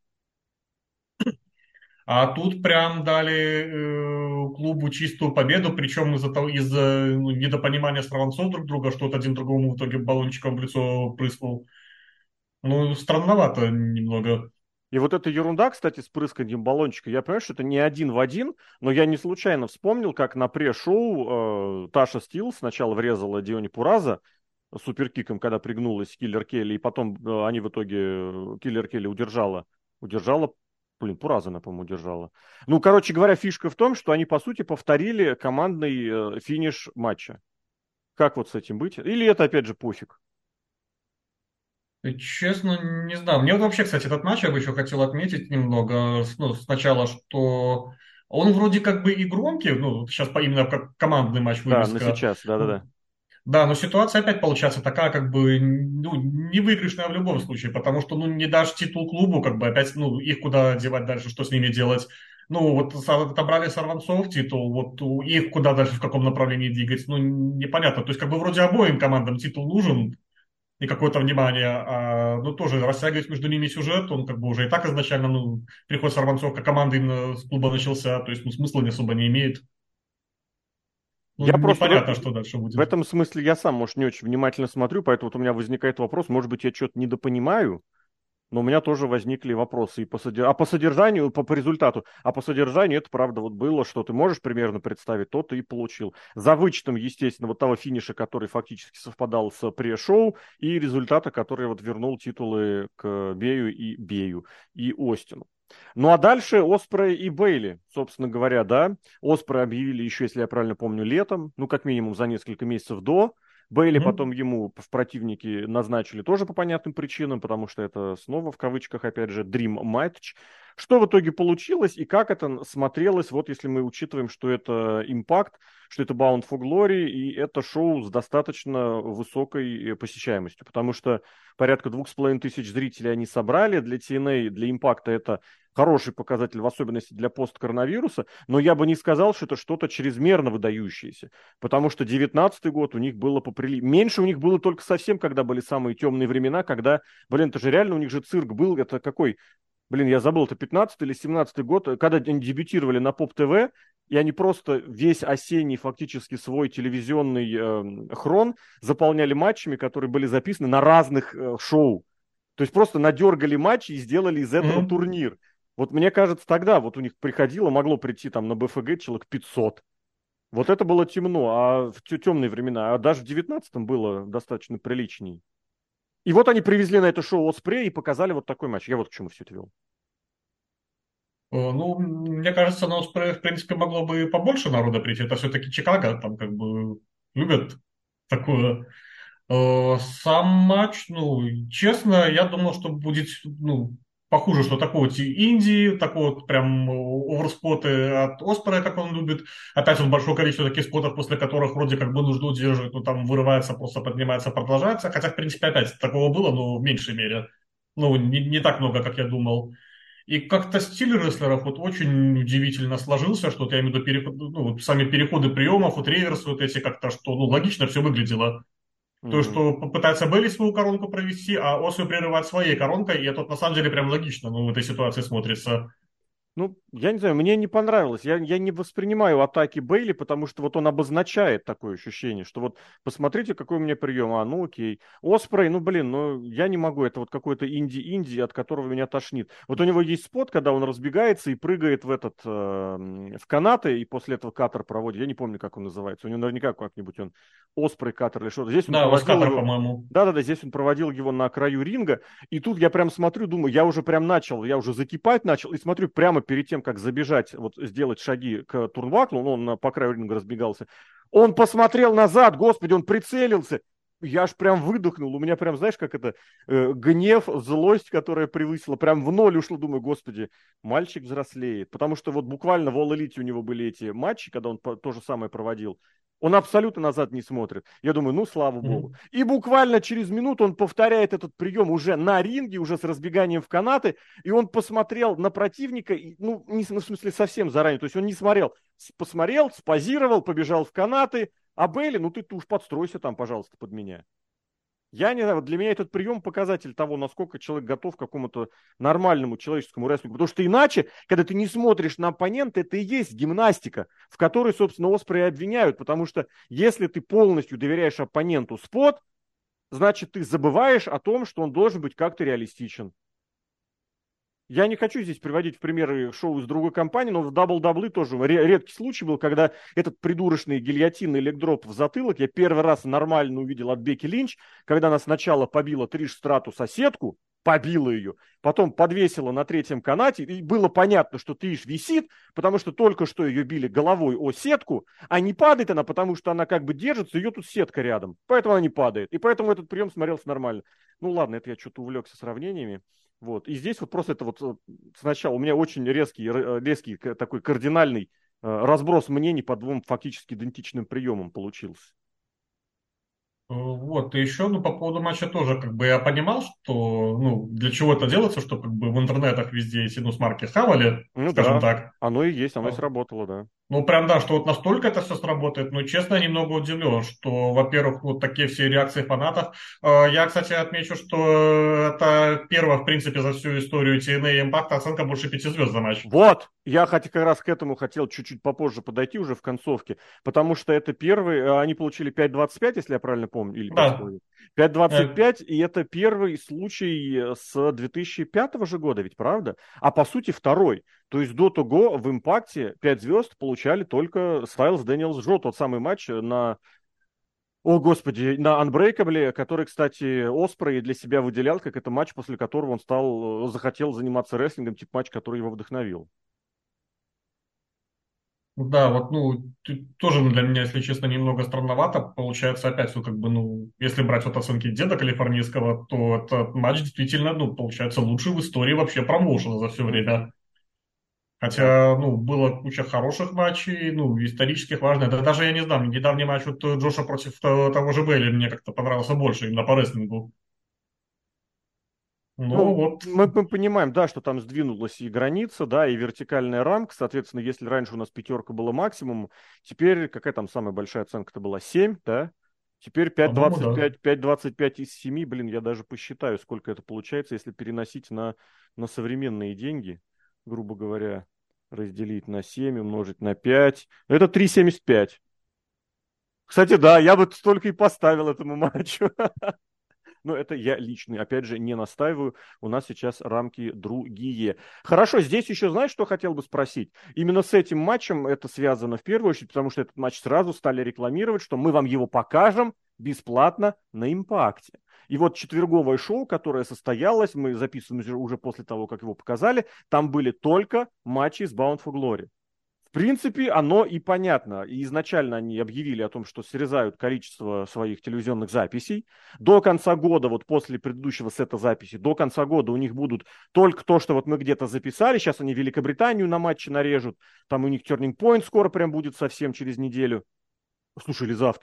А тут прям дали клубу чистую победу, причем из-за ну, недопонимания сорванцов друг друга, что вот один другому в итоге баллончиком в лицо прыснул. Ну, странновато немного. и вот эта ерунда, кстати, с прысканием баллончика, я понимаю, что это не один в один, но я не случайно вспомнил, как на пре-шоу Таша Стил сначала врезала Диони Пураза суперкиком, когда пригнулась Киллер Келли, и потом они в итоге, Киллер Келли удержала, блин, Пураза, она, по-моему, удержала. Ну, короче говоря, фишка в том, что они, по сути, повторили командный финиш матча. Как вот с этим быть? Или это, опять же, пофиг? Честно, не знаю. Мне вот вообще, кстати, этот матч я бы еще хотел отметить немного. Ну, сначала, что он вроде как бы и громкий, ну, сейчас именно как командный матч Да, на вывеска. сейчас, да-да-да. Да, но ситуация опять получается такая, как бы, ну, не выигрышная в любом случае, потому что, ну, не дашь титул клубу, как бы опять, ну, их куда девать дальше, что с ними делать. Ну, вот отобрали сорванцов титул, вот их куда дальше, в каком направлении двигать, ну, непонятно. То есть, как бы, вроде обоим командам титул нужен, и какое-то внимание, ну, тоже растягивать между ними сюжет, он как бы уже и так изначально, ну, приход сорванцов как команды именно с клуба начался, то есть, ну, смысла не особо не имеет. Ну, Я просто непонятно, что дальше в будет. этом смысле я сам, может, не очень внимательно смотрю, поэтому вот у меня возникает вопрос, может быть, я что-то недопонимаю, но у меня тоже возникли вопросы и по содержанию, по результату. А по содержанию это, правда, вот было, что ты можешь примерно представить, то ты и получил. За вычетом, естественно, вот того финиша, который фактически совпадал с пре-шоу, и результата, который вот вернул титулы к Бею и Остину. Ну а дальше Оспрей и Бейли, собственно говоря, да. Оспрей объявили еще, если я правильно помню, летом, ну как минимум за несколько месяцев до. Бейли потом Мгм. ему в противники назначили тоже по понятным причинам, потому что это снова в кавычках, опять же, Dream Match. Что в итоге получилось и как это смотрелось, вот если мы учитываем, что это Impact, что это Bound for Glory, и это шоу с достаточно высокой посещаемостью, потому что порядка 2500 зрителей они собрали. Для TNA, для Impact это хороший показатель, в особенности для посткоронавируса, но я бы не сказал, что это что-то чрезмерно выдающееся. Потому что 19-й год у них было меньше у них было только совсем, когда были самые темные времена, когда, блин, это же реально у них же цирк был, это какой, блин, я забыл, это 15-й или 17-й год, когда они дебютировали на Поп-ТВ, и они просто весь осенний фактически свой телевизионный хрон заполняли матчами, которые были записаны на разных шоу. То есть просто надергали матчи и сделали из этого Мгм. турнир. Вот мне кажется, тогда вот у них могло прийти там на БФГ человек 500. Вот это было темно, а в темные времена, а даже в 19-м было достаточно приличней. И вот они привезли на это шоу Оспрей и показали вот такой матч. Я вот к чему все это вел. Ну, мне кажется, на Оспре, в принципе, могло бы и побольше народа прийти. Это все-таки Чикаго, там как бы любят такое. Сам матч, ну, честно, я думал, что будет, ну, похуже, что такой вот Индии, такой вот прям оверспоты от Оспера, как он любит. Опять вот большое количество таких спотов, после которых вроде как бы нужно удерживать, но там вырывается, просто поднимается, продолжается. Хотя, в принципе, опять такого было, но в меньшей мере. Ну, не так много, как я думал. И как-то стиль рестлеров вот очень удивительно сложился, что вот я имею в виду ну, вот сами переходы приемов, вот реверсы вот эти как-то, что, ну, логично все выглядело. То, Мгм. что попытается Белли свою коронку провести, а Освей прерывать своей коронкой, и это вот на самом деле прям логично, ну, в этой ситуации смотрится. Ну, я не знаю, мне не понравилось. Я не воспринимаю атаки Бейли, потому что вот он обозначает такое ощущение, что вот посмотрите, какой у меня прием. А, ну окей. Оспрей, ну блин, ну я не могу. Это вот какой-то инди-инди, от которого меня тошнит. Вот у него есть спот, когда он разбегается и прыгает в этот, в канаты, и после этого катер проводит. Я не помню, как он называется. У него наверняка как-нибудь он Оспрей катер или что-то. Здесь он Да, проводил Оскатор, его. по-моему. Да-да-да, здесь он проводил его на краю ринга, и тут я прям смотрю, думаю, я уже прям начал, я уже закипать начал, и смотрю, прямо перед тем, как забежать, вот сделать шаги к Турнваклу, ну, он по краю ринга разбегался, он посмотрел назад, господи, он прицелился, я аж прям выдохнул, у меня прям, знаешь, как это, гнев, злость, которая превысила, прям в ноль ушла, думаю, господи, мальчик взрослеет, потому что вот буквально в All Elite у него были эти матчи, когда он то же самое проводил, он абсолютно назад не смотрит. Я думаю, ну, слава богу. Мгм. И буквально через минуту он повторяет этот прием уже на ринге, уже с разбеганием в канаты, и он посмотрел на противника, ну, не, ну, в смысле, совсем заранее, то есть он не смотрел, посмотрел, спозировал, побежал в канаты, а Бейли, ну, ты уж подстройся там, пожалуйста, под меня. Я не знаю, вот для меня этот прием показатель того, насколько человек готов к какому-то нормальному человеческому рестлингу. Потому что иначе, когда ты не смотришь на оппонента, это и есть гимнастика, в которой, собственно, Оспрея обвиняют. Потому что если ты полностью доверяешь оппоненту спот, значит, ты забываешь о том, что он должен быть как-то реалистичен. Я не хочу здесь приводить в примеры шоу из другой компании, но в WWE тоже редкий случай был, когда этот придурочный гильотинный легдроп в затылок я первый раз нормально увидел от Бекки Линч, когда она сначала побила Триш Страту соседку, побила ее, потом подвесила на третьем канате, и было понятно, что Триш висит, потому что только что ее били головой о сетку, а не падает она, потому что она как бы держится, ее тут сетка рядом, поэтому она не падает, и поэтому этот прием смотрелся нормально. Ну ладно, это я что-то увлекся сравнениями. Вот. И здесь вот просто это вот сначала у меня очень резкий такой кардинальный разброс мнений по двум фактически идентичным приемам получился. Вот, и еще, ну, по поводу матча тоже, как бы, я понимал, что, ну, для чего это делается, что, как бы, в интернетах везде эти, ну, смарки хавали, Ну скажем да, так. оно и есть, оно и сработало, да. Ну, прям да, что вот настолько это все сработает, ну, честно, я немного удивлен, что, во-первых, вот такие все реакции фанатов. Я, кстати, отмечу, что это первая, в принципе, за всю историю TNA Impact оценка больше 5 звезд за матч. Вот, я хотя как раз к этому хотел чуть-чуть попозже подойти уже в концовке, потому что это первый, они получили 5,25, если я правильно помню, или Да, 5,5. пять двадцать э, пять, и это первый случай с 2005 же года, ведь правда? А по сути второй. То есть до того в импакте 5 звезд получали только Стайлз, Дэниелс, Джо, тот самый матч на, о господи, на Unbreakable, который, кстати, Оспрей для себя выделял, как это матч, после которого он захотел заниматься рестлингом, тип матч, который его вдохновил. да, вот, ну, тоже для меня, если честно, немного странновато. Получается, опять, ну, как бы, ну, если брать вот оценки деда калифорнийского, то этот матч действительно, ну, получается, лучший в истории вообще промоушена за все Мгм. время. Да. Хотя, ну, было куча хороших матчей, ну, исторических, важных. Да даже, я не знаю, недавний матч вот Джоша против того же Бейли мне как-то понравился больше, именно по рестлингу. Ну, Ну, вот, мы понимаем, да, что там сдвинулась и граница, да, и вертикальная рамка. Соответственно, если раньше у нас пятерка была максимум, теперь какая там самая большая оценка-то была? 7, да? Теперь по-моему, да. 5,25 из 7, блин, я даже посчитаю, сколько это получается, если переносить на современные деньги, грубо говоря, разделить на 7, умножить на 5. Это 3,75. Кстати, да, я бы столько и поставил этому матчу. Но это я личный, опять же, не настаиваю. У нас сейчас рамки другие. Хорошо, здесь еще, знаешь, что хотел бы спросить? Именно с этим матчем это связано в первую очередь, потому что этот матч сразу стали рекламировать, что мы вам его покажем бесплатно на импакте. И вот четверговое шоу, которое состоялось, мы записываем уже после того, как его показали, там были только матчи с Bound for Glory. В принципе, оно и понятно. И изначально они объявили о том, что срезают количество своих телевизионных записей. До конца года, вот после предыдущего сета записи, до конца года у них будут только то, что вот мы где-то записали. Сейчас они Великобританию на матче нарежут. Там у них Turning Point скоро прям будет совсем через неделю. Слушай, или завтра.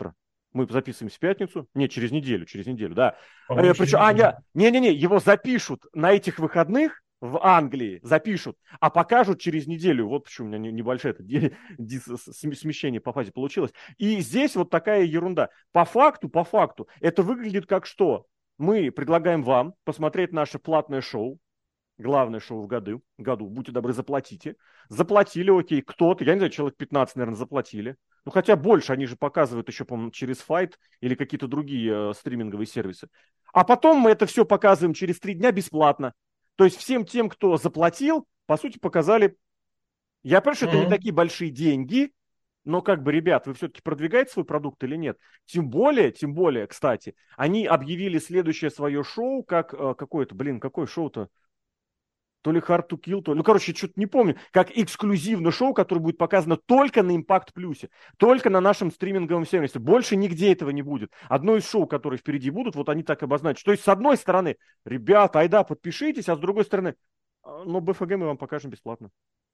Мы записываемся в пятницу. Не, через неделю, да. По-моему, через Причем, неделю. не, его запишут на этих выходных в Англии, запишут, а покажут через неделю. Вот почему у меня небольшое смещение по фазе получилось. И здесь вот такая ерунда. По факту, это выглядит как что? Мы предлагаем вам посмотреть наше платное шоу, главное шоу в году, будьте добры, заплатите. Заплатили, окей, кто-то, я не знаю, человек 15, наверное, заплатили. Ну, хотя больше, они же показывают еще, по-моему, через Fight или какие-то другие стриминговые сервисы. А потом мы это все показываем через 3 дня бесплатно. То есть всем тем, кто заплатил, по сути, показали. Я понимаю, что это не Мгм. такие большие деньги, но как бы, ребят, вы все-таки продвигаете свой продукт или нет? Тем более, кстати, они объявили следующее свое шоу, как какое-то, какое шоу-то? То ли Hard to Kill, то ли... Ну, короче, что-то не помню. Как эксклюзивное шоу, которое будет показано только на Impact Плюсе. Только на нашем стриминговом сервисе. Больше нигде этого не будет. Одно из шоу, которые впереди будут, вот они так обозначат. То есть, с одной стороны, ребята, айда, подпишитесь, а с другой стороны, но БФГ мы вам покажем бесплатно.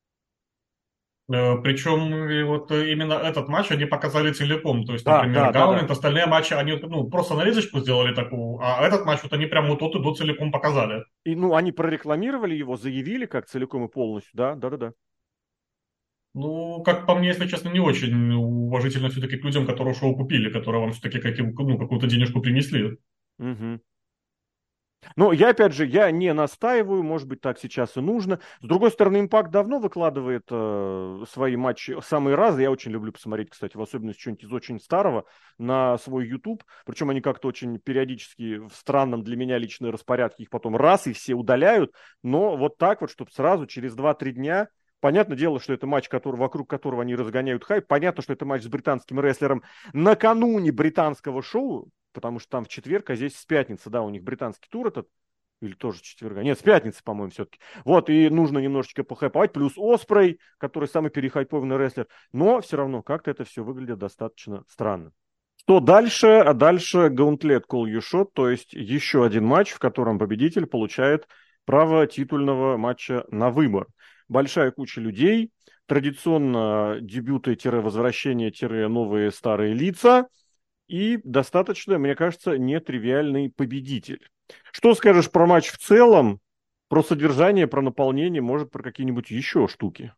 Причем и вот именно этот матч они показали целиком. То есть, Да, например, да, да, да. Гаунент, остальные матчи, они ну, просто нарезочку сделали такую, а этот матч вот они прям вот от и до целиком показали. И, ну, они прорекламировали его, заявили как целиком и полностью. Да, да, да, да. Ну, как по мне, если честно, не очень уважительно все-таки к людям, которые шоу купили, которые вам все-таки ну, какую-то денежку принесли. Угу. Но я, опять же, я не настаиваю, может быть, так сейчас и нужно. С другой стороны, Импакт давно выкладывает свои матчи самые разные. Я очень люблю посмотреть, кстати, в особенности что-нибудь из очень старого на свой YouTube. Причем они как-то очень периодически в странном для меня личной распорядке их потом раз и все удаляют. Но вот так вот, чтобы сразу через 2-3 дня. Понятное дело, что это матч, вокруг которого они разгоняют хайп. Понятно, что это матч с британским рестлером накануне британского шоу, потому что там в четверг, а здесь с пятницы, да, у них британский тур этот, или тоже с четверга, нет, с пятницы, по-моему, все-таки. Вот, и нужно немножечко похайповать, плюс Оспрей, который самый перехайпованный рестлер, но все равно как-то это все выглядит достаточно странно. Что дальше? А дальше Gauntlet Call You Shot, то есть еще один матч, в котором победитель получает право титульного матча на выбор. Большая куча людей, традиционно дебюты-возвращения-новые старые лица, и достаточно, мне кажется, нетривиальный победитель. Что скажешь про матч в целом, про содержание, про наполнение, может, про какие-нибудь еще штуки?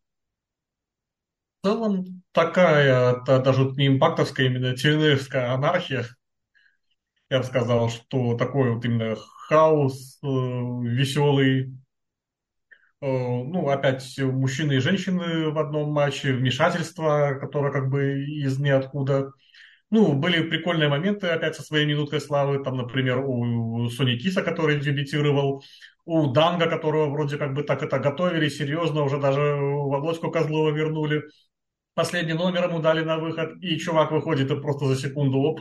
В целом, такая, даже вот не импактовская, именно TNA-вская анархия, я бы сказал, что такой вот именно хаос веселый. Ну, опять мужчины и женщины в одном матче, вмешательство, которое как бы из ниоткуда. Ну, были прикольные моменты опять со своей минуткой славы. Там, например, у Сони Киса, который дебютировал, у Данга, которого вроде как бы так это готовили, серьезно, уже даже Володьку Козлова вернули. Последний номер ему дали на выход, и чувак выходит и просто за секунду оп.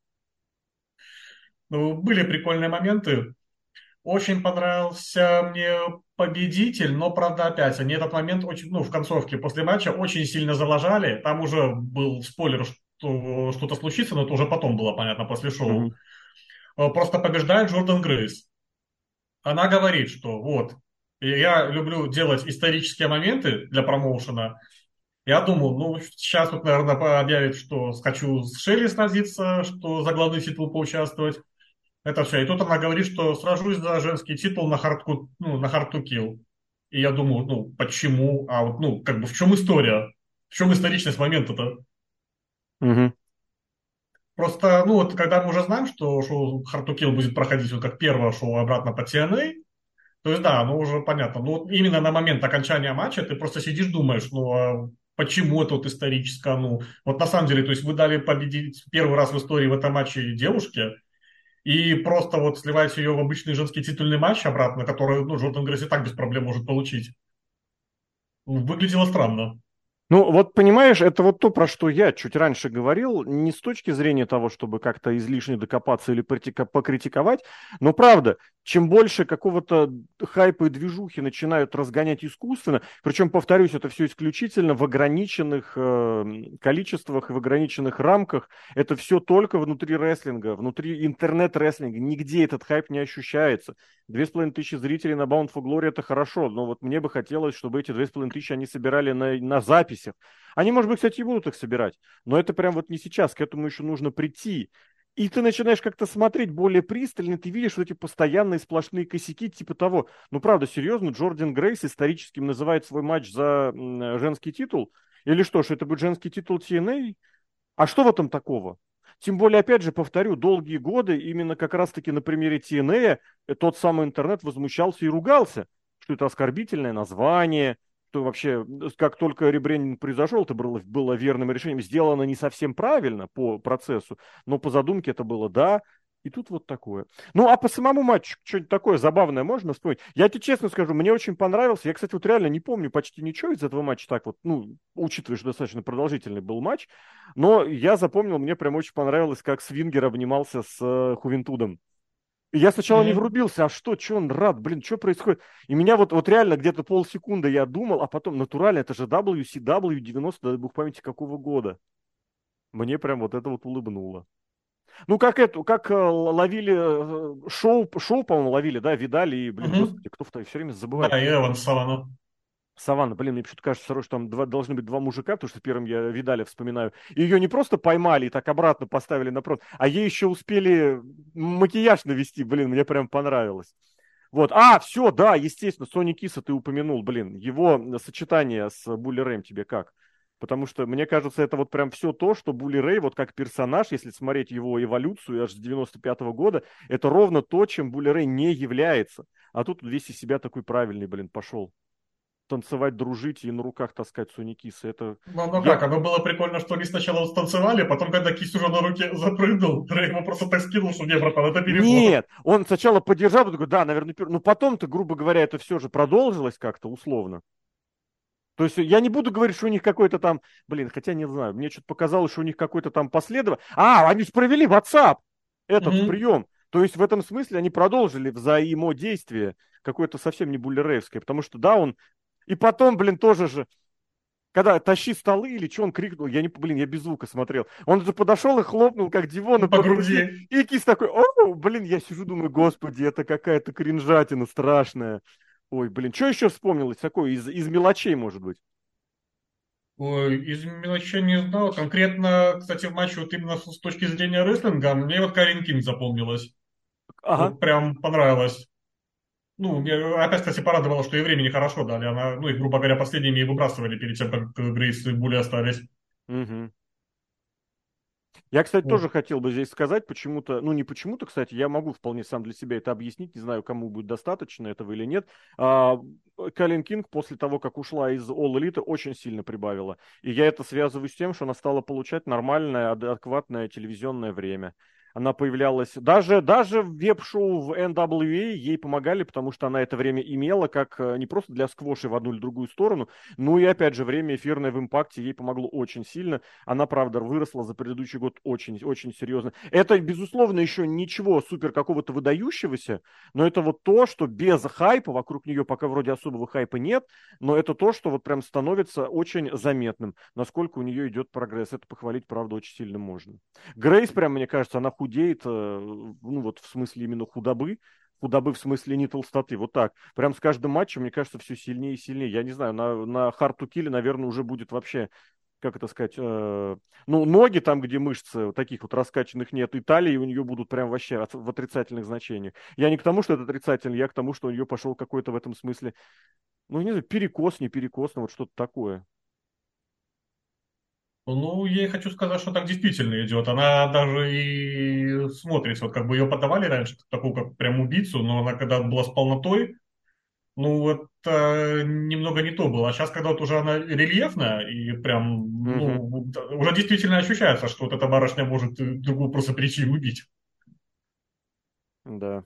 Ну, были прикольные моменты. Очень понравился мне победитель, но, правда, опять, они этот момент очень, ну, в концовке после матча очень сильно залажали. Там уже был спойлер, что что-то случится, но это уже потом было понятно после шоу. Мгм. Просто побеждает Джордан Грейс. Она говорит, что вот, я люблю делать исторические моменты для промоушена. Я думал, ну, сейчас вот, наверное, объявит, что хочу с Шерри сразиться, что за главный титул поучаствовать. Это все. И тут она говорит, что сражусь за женский титул ну, на Hard to Kill. И я думаю, ну, почему? А вот, ну, как бы в чем история? В чем историчность момента-то? Мгм. Просто, ну, вот когда мы уже знаем, что шоу Hard to Kill будет проходить вот как первое шоу обратно по TNA, то есть, да, ну, уже понятно. Ну, вот именно на момент окончания матча ты просто сидишь, думаешь, ну, а почему это вот историческое? Ну, вот на самом деле, то есть вы дали победить первый раз в истории в этом матче девушке, и просто вот сливать ее в обычный женский титульный матч обратно, который, ну, Джордан Грейс и так без проблем может получить. Выглядело странно. Ну, вот понимаешь, это вот то, про что я чуть раньше говорил, не с точки зрения того, чтобы как-то излишне докопаться или покритиковать, но правда, чем больше какого-то хайпа и движухи начинают разгонять искусственно, причем, повторюсь, это все исключительно в ограниченных количествах и в ограниченных рамках, это все только внутри рестлинга, внутри интернет-рестлинга, нигде этот хайп не ощущается. 2500 зрителей на Bound for Glory это хорошо, но вот мне бы хотелось, чтобы эти 2500 они собирали на записях. Они, может быть, кстати, и будут их собирать, но это прям вот не сейчас, к этому еще нужно прийти. И ты начинаешь как-то смотреть более пристально, ты видишь вот эти постоянные сплошные косяки, типа того, ну правда, серьезно, Джордан Грейс историческим называет свой матч за женский титул? Или что ж, это будет женский титул TNA? А что в этом такого? Тем более, опять же, повторю, долгие годы именно как раз-таки на примере TNA тот самый интернет возмущался и ругался, что это оскорбительное название, что вообще, как только ребрендинг произошел, это было верным решением, сделано не совсем правильно по процессу, но по задумке это было да, и тут вот такое. Ну, а по самому матчу что-нибудь такое забавное можно вспомнить? Я тебе честно скажу, мне очень понравился. Я, кстати, вот реально не помню почти ничего из этого матча так вот, ну, учитывая, что достаточно продолжительный был матч, но я запомнил, мне прям очень понравилось, как Свингер обнимался с Хувентудом. И я сначала не Мгм. врубился, а что он рад, блин, что происходит? И меня вот реально где-то полсекунды я думал, а потом натурально, это же WCW 90, дай бог памяти, какого года. Мне прям вот это вот улыбнуло. Ну, как ловили шоу, по-моему, ловили, да, видали, и, блин, Мгм. господи, кто второй, все время Да, забываю. и Эван Савану. Саванна, блин, мне почему-то кажется, сразу, что там должны быть два мужика, потому что первым я Видаля вспоминаю. И ее не просто поймали и так обратно поставили на прод, а ей еще успели макияж навести, блин, мне прям понравилось. Вот, все, да, естественно, Сони Киса ты упомянул, блин, его сочетание с Булли Рэем тебе как? Потому что, мне кажется, это вот прям все то, что Булли Рэй, вот как персонаж, если смотреть его эволюцию аж с 95-го года, это ровно то, чем Булли Рэй не является. А тут весь из себя такой правильный, блин, пошел танцевать, дружить и на руках таскать Суникиса. Это Ну я... как, оно было прикольно, что они сначала станцевали, а потом, когда кисть уже на руке запрыгнул, Рэй его просто так скинул, что не, братан, это перебор. Нет, он сначала поддержал, такой, да, наверное, ну потом-то, грубо говоря, это все же продолжилось как-то условно. То есть я не буду говорить, что у них какой-то там, блин, хотя не знаю, мне что-то показалось, что у них какой-то там последовал. Они же провели WhatsApp, этот Мгм. прием. То есть в этом смысле они продолжили взаимодействие какое-то совсем не буллеревское, потому что, да, он... И потом, блин, тоже же, когда тащи столы или что он крикнул, я не, блин, я без звука смотрел. Он же подошел и хлопнул, как Дивона По по груди. груди. И Кис такой, о, блин, я сижу, думаю, господи, это какая-то кринжатина страшная. Ой, блин, что еще вспомнилось такое из мелочей, может быть? Ой, из мелочей не знал. Конкретно, кстати, в матче вот именно с точки зрения рестлинга, мне вот Карин Кинг запомнилась. Ага. Вот прям понравилось. Ну, мне опять, кстати, порадовало, что и времени хорошо дали. Она, ну и, грубо говоря, последними и выбрасывали перед тем, как Грейс и Були остались. Мгм. Я, кстати, Вот. тоже хотел бы здесь сказать, почему-то, ну не почему-то, кстати, я могу вполне сам для себя это объяснить, не знаю, кому будет достаточно этого или нет. А, Калин Кинг после того, как ушла из All Elite, очень сильно прибавила. И я это связываю с тем, что она стала получать нормальное, адекватное телевизионное время. Она появлялась, даже в веб-шоу в NWA ей помогали, потому что она это время имела, как не просто для сквоши в одну или другую сторону, ну и опять же время эфирное в импакте ей помогло очень сильно. Она, правда, выросла за предыдущий год очень, очень серьезно. Это, безусловно, еще ничего супер какого-то выдающегося, но это вот то, что без хайпа, вокруг нее пока вроде особого хайпа нет, но это то, что вот прям становится очень заметным, насколько у нее идет прогресс. Это похвалить, правда, очень сильно можно. Грейс, прям, мне кажется, она худеет, ну вот в смысле именно худобы в смысле не толстоты, вот так. Прям с каждым матчем, мне кажется, все сильнее и сильнее. Я не знаю, на Hard to Kill, наверное, уже будет вообще как это сказать, ну, ноги там, где мышцы таких вот раскачанных нет, и талии у нее будут прям вообще в отрицательных значениях. Я не к тому, что это отрицательно, я к тому, что у нее пошел какой-то в этом смысле, ну, не знаю, перекос, не перекос, но вот что-то такое. Ну, я ей хочу сказать, что так действительно идет. Она даже и смотрится, вот как бы ее подавали раньше, как такую, как прям убийцу, но она когда была с полнотой, ну, вот немного не то было. А сейчас, когда вот уже она рельефная и прям, Мгм. ну, вот, уже действительно ощущается, что вот эта барышня может другую просто прийти и убить. Да.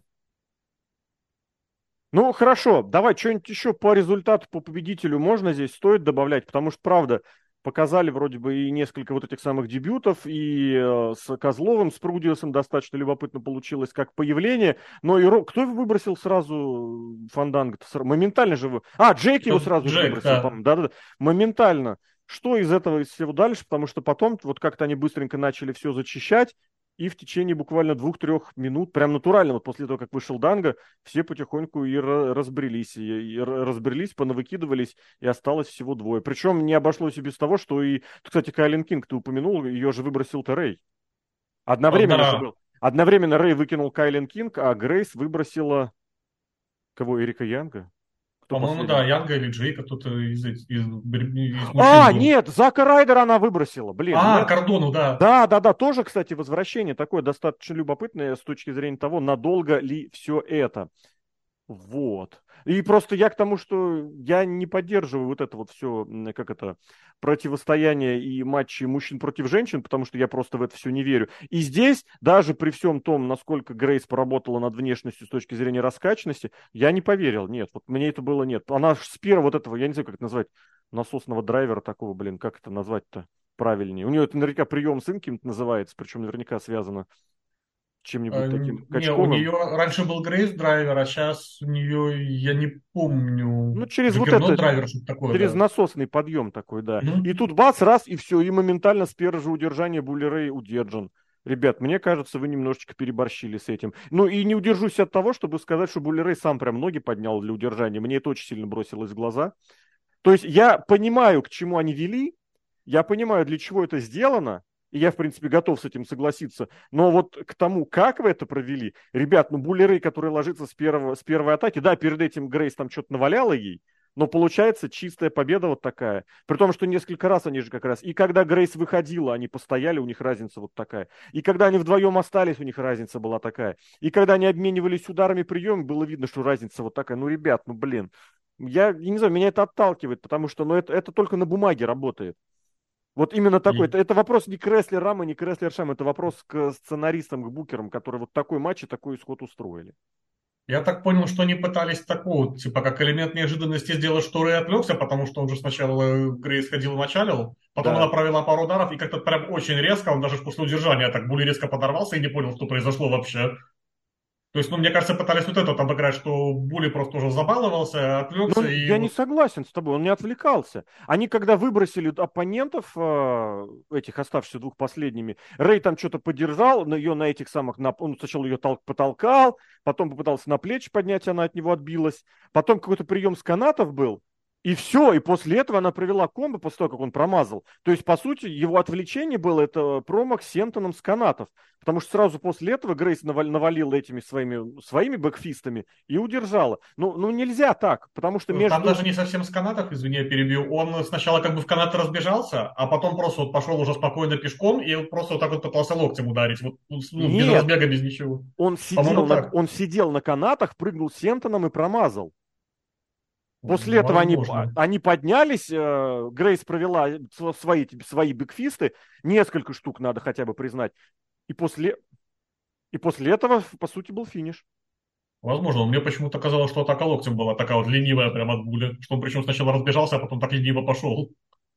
Ну, хорошо, давай что-нибудь еще по результату, по победителю можно здесь стоит добавлять, потому что, правда, Показали вроде бы и несколько вот этих самых дебютов, и с Козловым, с Прудиусом достаточно любопытно получилось как появление, но и кто его выбросил сразу, Фанданго-то моментально же Джейк его Это сразу же Джек, выбросил, да. по-моему, да-да-да, моментально. Что из этого из всего дальше, потому что потом вот как-то они быстренько начали все зачищать, и в течение буквально 2-3 минут, прям натурально, вот после того, как вышел Данго, все потихоньку и разбрелись, и разбрелись, понавыкидывались, и осталось всего двое. Причем не обошлось и без того, что и, кстати, Кайлин Кинг ты упомянул, ее же выбросил-то Рэй. Одновременно же Да, был. Одновременно Рэй выкинул Кайлин Кинг, а Грейс выбросила кого, Эрика Янга? Кто по-моему, да, последний? Янга или Джейка, кто-то из мужчин был. Нет, Зака Райдера она выбросила. Блин, нет. Кордону, да. Да, да, да, тоже, кстати, возвращение такое достаточно любопытное с точки зрения того, надолго ли все это. Вот. И просто я к тому, что я не поддерживаю вот это вот все, как это, противостояние и матчи мужчин против женщин, потому что я просто в это все не верю. И здесь, даже при всем том, насколько Грейс поработала над внешностью с точки зрения раскачанности, я не поверил. Нет, вот мне это было нет. Она с первого вот этого, я не знаю, как это назвать, насосного драйвера такого, блин, как это назвать-то правильнее. У нее это наверняка прием сын каким-то называется, причем наверняка связано с чем-нибудь таким Не, у качковым. нее раньше был Грейс драйвер, а сейчас у нее, я не помню, Ну, через вот Джиггернот это, драйвер, что-то такое, через да. насосный подъем такой, да. И Мгм. тут бац, раз, и все, и моментально с первого же удержания Булли Рэй удержан. Ребят, мне кажется, вы немножечко переборщили с этим. Ну и не удержусь от того, чтобы сказать, что Булли Рэй сам прям ноги поднял для удержания. Мне это очень сильно бросилось в глаза. То есть я понимаю, к чему они вели, я понимаю, для чего это сделано, и я, в принципе, готов с этим согласиться. Но вот к тому, как вы это провели, ребят, ну Булли Рэй, который ложится с первой атаки, да, перед этим Грейс там что-то наваляла ей, но получается чистая победа вот такая. При том, что несколько раз они же как раз... И когда Грейс выходила, они постояли, у них разница вот такая. И когда они вдвоем остались, у них разница была такая. И когда они обменивались ударами приемами, было видно, что разница вот такая. Ну, ребят, ну, блин. Я не знаю, меня это отталкивает, потому что ну, это только на бумаге работает. Вот именно такой. И Это вопрос не к рестлерам и не к рестлершам, это вопрос к сценаристам, к букерам, которые вот такой матч и такой исход устроили. я так понял, что они пытались такого, типа, как элемент неожиданности сделать, что Рэй отвлекся, потому что он же сначала Грейс ходил и мочалил, потом она Да. провела пару ударов, и как-то прям очень резко, он даже после удержания так более резко подорвался и не понял, что произошло вообще. То есть, ну, мне кажется, пытались вот это обыграть, что Були просто уже забаловался, отвлекся, Ну, и я не вот согласен с тобой, он не отвлекался. Они, когда выбросили оппонентов, этих оставшихся двух последними, Рэй там что-то поддержал, ее на этих самых, он сначала ее потолкал, потом попытался на плечи поднять, она от него отбилась, потом какой-то прием с канатов был, и все, и после этого она провела комбо, после того, как он промазал. То есть, по сути, его отвлечение было это промах с Сентоном с канатов, потому что сразу после этого Грейс навалила этими своими бэкфистами и удержала. Ну, нельзя так, потому что там между... даже не совсем с канатов, извини, я перебью. Он сначала как бы в канаты разбежался, а потом просто вот пошел уже спокойно пешком и вот просто вот так вот пытался локтем ударить. Вот, ну, без Нет, разбега, без ничего. он По-моему, сидел так. он сидел на канатах, прыгнул с Сентоном и промазал. После этого Возможно. они поднялись, Грейс провела свои бигфисты, несколько штук надо хотя бы признать, и после этого, по сути, был финиш. Возможно. Мне почему-то казалось, что атака локтем была такая вот ленивая прям от Були. Что он причем сначала разбежался, а потом так лениво пошел.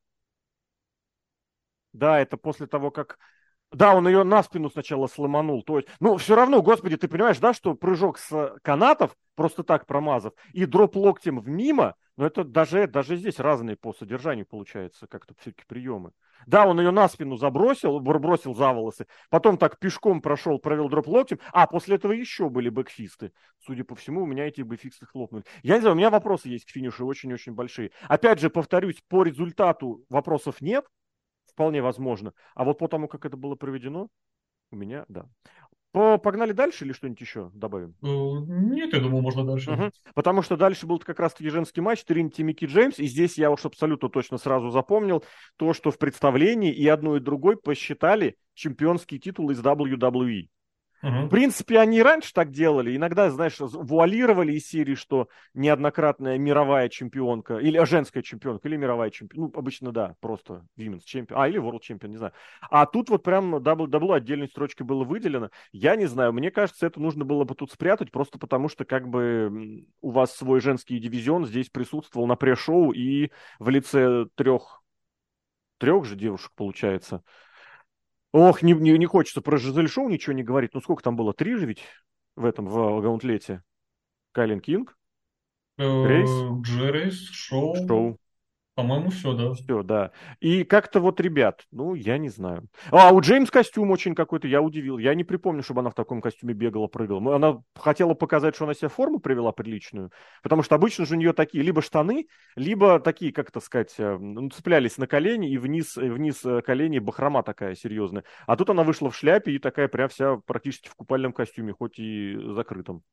Да, это после того, как... Да, он ее на спину сначала сломанул. То есть, ну, все равно, господи, ты понимаешь, да, что прыжок с канатов, просто так промазав, и дроп локтем в мимо, ну, это даже здесь разные по содержанию получаются как-то все-таки приемы. Да, он ее на спину забросил, бросил за волосы, потом так пешком прошел, провел дроп локтем, а после этого еще были бэкфисты. Судя по всему, у меня эти бэкфисты хлопнули. Я не знаю, у меня вопросы есть к финишу очень-очень большие. Опять же, повторюсь, по результату вопросов нет, вполне возможно. А вот по тому, как это было проведено, у меня, да. Погнали дальше или что-нибудь еще добавим? Нет, я думаю, можно дальше. Мгм. Потому что дальше был как раз-таки женский матч Тринити Микки Джеймс, и здесь я уж абсолютно точно сразу запомнил то, что в представлении и одной, и другой посчитали чемпионский титул из WWE. В Мгм. принципе, они и раньше так делали. Иногда, знаешь, вуалировали из серии, что неоднократная мировая чемпионка, или женская чемпионка, или мировая чемпионка. Ну, обычно, да, просто women's champion, или world champion, не знаю. А тут вот прям WWE отдельной строчкой было выделено. Я не знаю, мне кажется, это нужно было бы тут спрятать, просто потому что как бы у вас свой женский дивизион здесь присутствовал на пресс-шоу и в лице трех же девушек, получается. Ох, не хочется про Жизель Шоу ничего не говорить. Ну, сколько там было? Три же ведь в этом, в Гаунтлете. Кайлин Кинг, Грейс, Джеррис, Шоу, Шоу. по-моему, все, да. Все, да. И как-то вот, ребят, ну, я не знаю. А у Джеймс костюм очень какой-то, я удивил. Я не припомню, чтобы она в таком костюме бегала, прыгала. Ну, она хотела показать, что она себе форму привела приличную, потому что обычно же у нее такие либо штаны, либо такие, как это сказать, ну, цеплялись на колени, и вниз колени бахрома такая серьезная. А тут она вышла в шляпе и такая прям вся практически в купальном костюме, хоть и закрытом.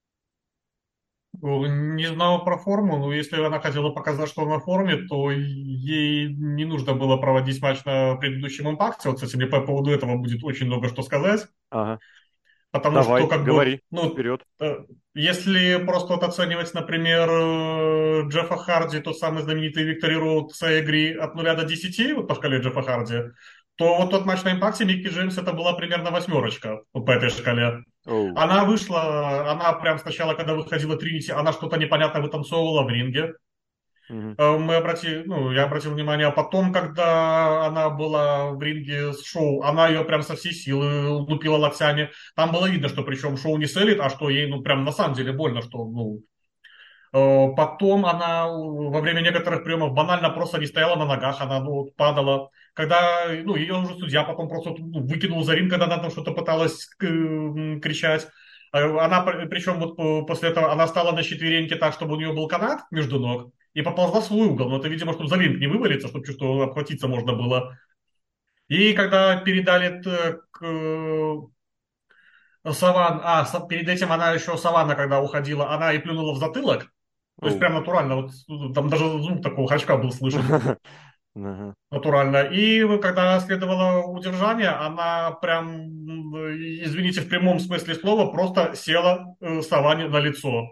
Не знала про форму, но если она хотела показать, что она в форме, то ей не нужно было проводить матч на предыдущем импакте. Вот, кстати, мне по поводу этого будет очень много что сказать. Ага, Потому что, давай, как бы, говори, ну, вперед. если просто вот оценивать, например, Джеффа Харди, тот самый знаменитый Victory Road Саегри от 0 до 10, вот по шкале Джеффа Харди, то вот тот матч на импакте Микки Джеймс это была примерно восьмерочка вот по этой шкале. Оу. Она вышла, она прям сначала, когда выходила Тринити, она что-то непонятно вытанцовывала в ринге. Мгм. Я обратил внимание, а потом, когда она была в ринге с Шоу, она ее прям со всей силы лупила локтями. Там было видно, что причем Шоу не селит, а что ей, ну, прям на самом деле больно, что, ну... Потом она во время некоторых приемов банально просто не стояла на ногах, она, ну, вот падала. Когда, ну, ее уже судья потом просто ну, выкинул за ринг, когда она там что-то пыталась кричать. Она, причем вот после этого, она стала на четвереньки так, чтобы у нее был канат между ног, и поползла в свой угол. Но это, видимо, чтобы за ринг не вывалиться, чтобы чувство обхватиться можно было. И когда передали перед этим она еще Саванна, когда уходила, она и плюнула в затылок. То есть Оу. прям натурально, вот там даже звук такого хачка был слышен Ага. натурально. И когда следовало удержание, она прям, извините, в прямом смысле слова, просто села Саванне на лицо.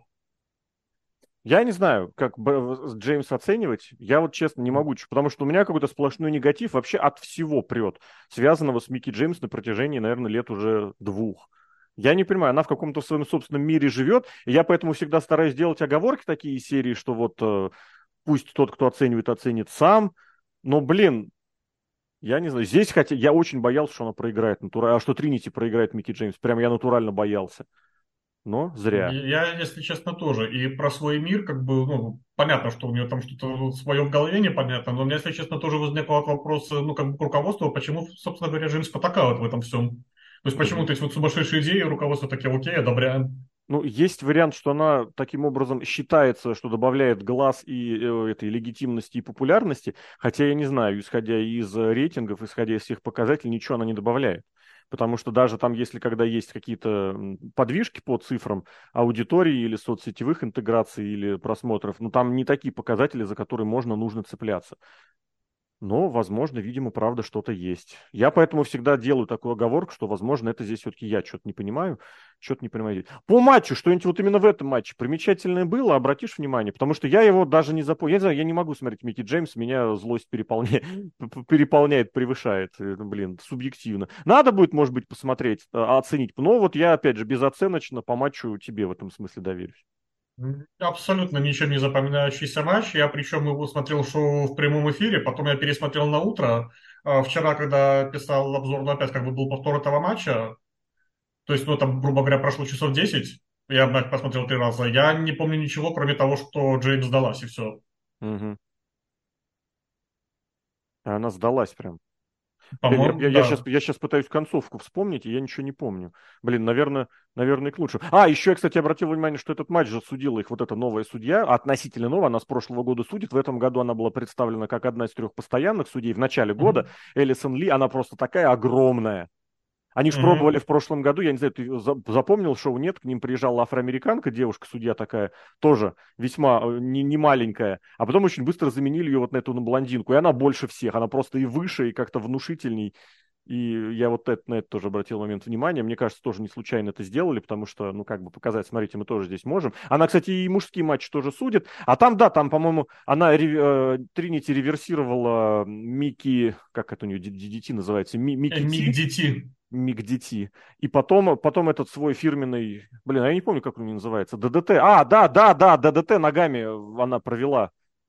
Я не знаю, как Джеймс оценивать. Я вот честно не могу, потому что у меня какой-то сплошной негатив вообще от всего прет, связанного с Микки Джеймс на протяжении, наверное, лет уже двух. Я не понимаю, она в каком-то своем собственном мире живет, и я поэтому всегда стараюсь делать оговорки такие из серии, что вот пусть тот, кто оценивает, оценит сам. Но, блин, я не знаю, здесь хотя я очень боялся, что она проиграет натурально, а что Тринити проиграет Микки Джеймс. Прям я натурально боялся. Но зря. Я, если честно, тоже. И про свой мир, как бы, ну, понятно, что у нее там что-то свое в голове непонятно, но у меня, если честно, тоже возник вопрос, ну, как бы, к руководству, почему, собственно говоря, Джеймс потакают в этом всем. То есть, почему, то есть, вот сумасшедшие идеи, руководство такие, окей, одобряем. Ну, есть вариант, что она таким образом считается, что добавляет глаз и этой легитимности и популярности, хотя я не знаю, исходя из рейтингов, исходя из всех показателей, ничего она не добавляет. Потому что даже там, если когда есть какие-то подвижки по цифрам аудитории или соцсетевых интеграций или просмотров, ну там не такие показатели, за которые можно, нужно цепляться. Но, возможно, видимо, правда что-то есть. Я поэтому всегда делаю такую оговорку, что, возможно, это здесь все-таки я что-то не понимаю, что-то не понимаю. По матчу, что-нибудь вот именно в этом матче примечательное было, обратишь внимание, потому что я его даже не запомнил. Я не знаю, я не могу смотреть Микки Джеймс, меня злость переполняет, переполняет, превышает, блин, субъективно. Надо будет, может быть, посмотреть, оценить. Но вот я, опять же, безоценочно по матчу тебе в этом смысле доверюсь. Абсолютно ничем не запоминающийся матч. Я причем его смотрел шоу в прямом эфире, потом я пересмотрел на утро. Вчера, когда писал обзор, ну, опять как бы был повтор этого матча, то есть, ну, там, грубо говоря, прошло часов 10, я матч посмотрел 3 раза. Я не помню ничего, кроме того, что Джеймс сдалась, и все. Мгм. А она сдалась прям. Блин, По-моему, да. я сейчас пытаюсь концовку вспомнить, и я ничего не помню. Блин, наверное, и к лучшему. А, еще я, кстати, обратил внимание, что этот матч же судила их вот эта новая судья, относительно новая, она с прошлого года судит. В этом году она была представлена как одна из трех постоянных судей. В начале года Мгм. Элисон Ли, она просто такая огромная. Они же пробовали Мгм. в прошлом году, я не знаю, ты запомнил шоу, нет, к ним приезжала афроамериканка, девушка-судья такая, тоже весьма не маленькая, а потом очень быстро заменили ее вот на эту на блондинку, и она больше всех, она просто и выше, и как-то внушительней, и я вот на это тоже обратил момент внимания, мне кажется, тоже не случайно это сделали, потому что, ну, как бы показать, смотрите, мы тоже здесь можем. Она, кстати, и мужские матчи тоже судит, а там, да, там, по-моему, она, Тринити реверсировала Микки, как это у нее, DDT называется, Микки Миг Ти, Дити. МИГ-ДТ. И потом этот свой фирменный, блин, а я не помню, как он называется, ДДТ. А, да, ДДТ ногами она провела.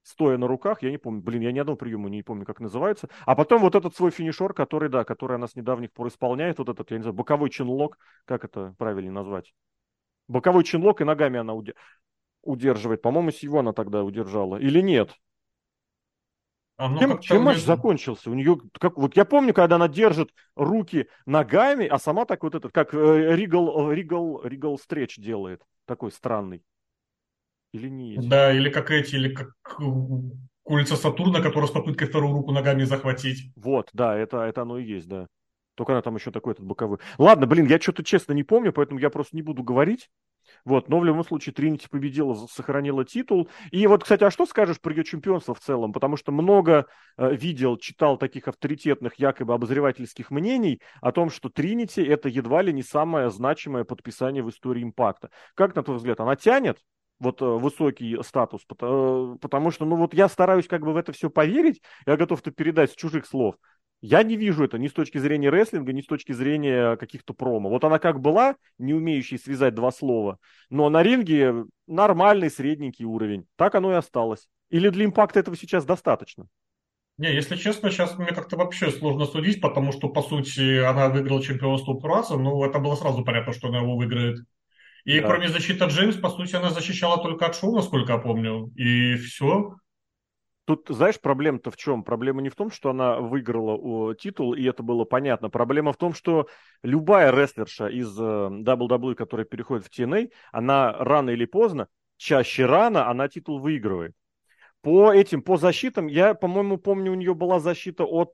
стоя на руках, я не помню, блин, я ни одного приема не помню, как называется. А потом вот этот свой финишер, который, да, который она с недавних пор исполняет, вот этот, я не знаю, боковой чинлок, как это правильно назвать? Боковой чинлок, и ногами она удерживает. По-моему, с его она тогда удержала. Или нет? Оно Чем как-то матч мне... закончился? У нее, как, вот я помню, когда она держит руки ногами, а сама так вот этот, как Ригал Стретч делает, такой странный. Или не есть? Да, или как эти, или как улица Сатурна, которая с попыткой вторую руку ногами захватить. Вот, да, это оно и есть, да. Только она там еще такой этот боковой. Ладно, блин, я что-то честно не помню, поэтому я просто не буду говорить. Вот, но в любом случае Тринити победила, сохранила титул. И вот, кстати, а что скажешь про ее чемпионство в целом? Потому что много видел, читал таких авторитетных якобы обозревательских мнений о том, что Тринити это едва ли не самое значимое подписание в истории Импакта. Как на твой взгляд, она тянет? Вот высокий статус, потому что, ну вот я стараюсь как бы в это все поверить, я готов это передать с чужих слов. Я не вижу это ни с точки зрения рестлинга, ни с точки зрения каких-то промо. Вот она как была, не умеющей связать два слова, но на ринге нормальный средненький уровень. Так оно и осталось. Или для импакта этого сейчас достаточно? Не, если честно, сейчас мне как-то вообще сложно судить, потому что, по сути, она выиграла чемпионство Пураса, ну, это было сразу понятно, что она его выиграет. И Да. кроме защиты Джеймс, по сути, она защищала только от Шоу, насколько я помню. И все. Тут, знаешь, проблема-то в чем? Проблема не в том, что она выиграла титул, и это было понятно. Проблема в том, что любая рестлерша из WWE, которая переходит в TNA, она рано или поздно, чаще рано, она титул выигрывает. По защитам, я, по-моему, помню, у нее была защита от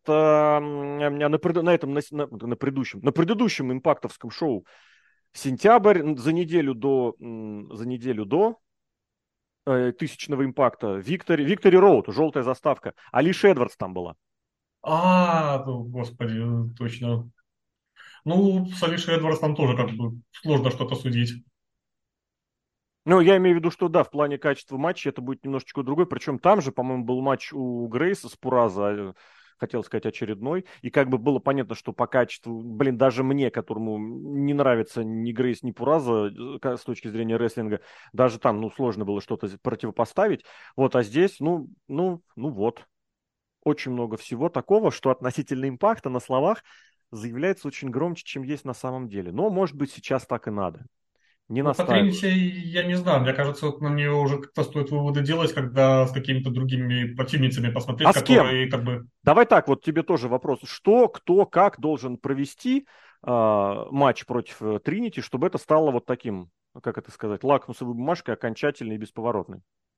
на предыдущем импактовском шоу. Сентябрь за неделю до тысячного импакта. Виктори Роуд, желтая заставка. Алиша Эдвардс там была. Ну, господи, точно. Ну, с Алишей Эдвардсом тоже как бы сложно что-то судить. Ну, я имею в виду, что да, в плане качества матча это будет немножечко другой. Причем там же, по-моему, был матч у Грейса с Пураза, хотел сказать, очередной. И как бы было понятно, что по качеству, блин, даже мне, которому не нравится ни Грейс, ни Пураза с точки зрения рестлинга, даже там, ну, сложно было что-то противопоставить. Вот, а здесь, ну вот, очень много всего такого, что относительно импакта на словах заявляется очень громче, чем есть на самом деле. Но, может быть, сейчас так и надо. Не Ну, по настаиваю. Тринити я не знаю. Мне кажется, вот на нее уже как-то стоит выводы делать, когда с какими-то другими противницами посмотреть, А с кем? которые как бы... Давай так, вот тебе тоже вопрос. Что, кто, как должен провести матч против Тринити, чтобы это стало вот таким, как это сказать, лакмусовой бумажкой окончательной и бесповоротной?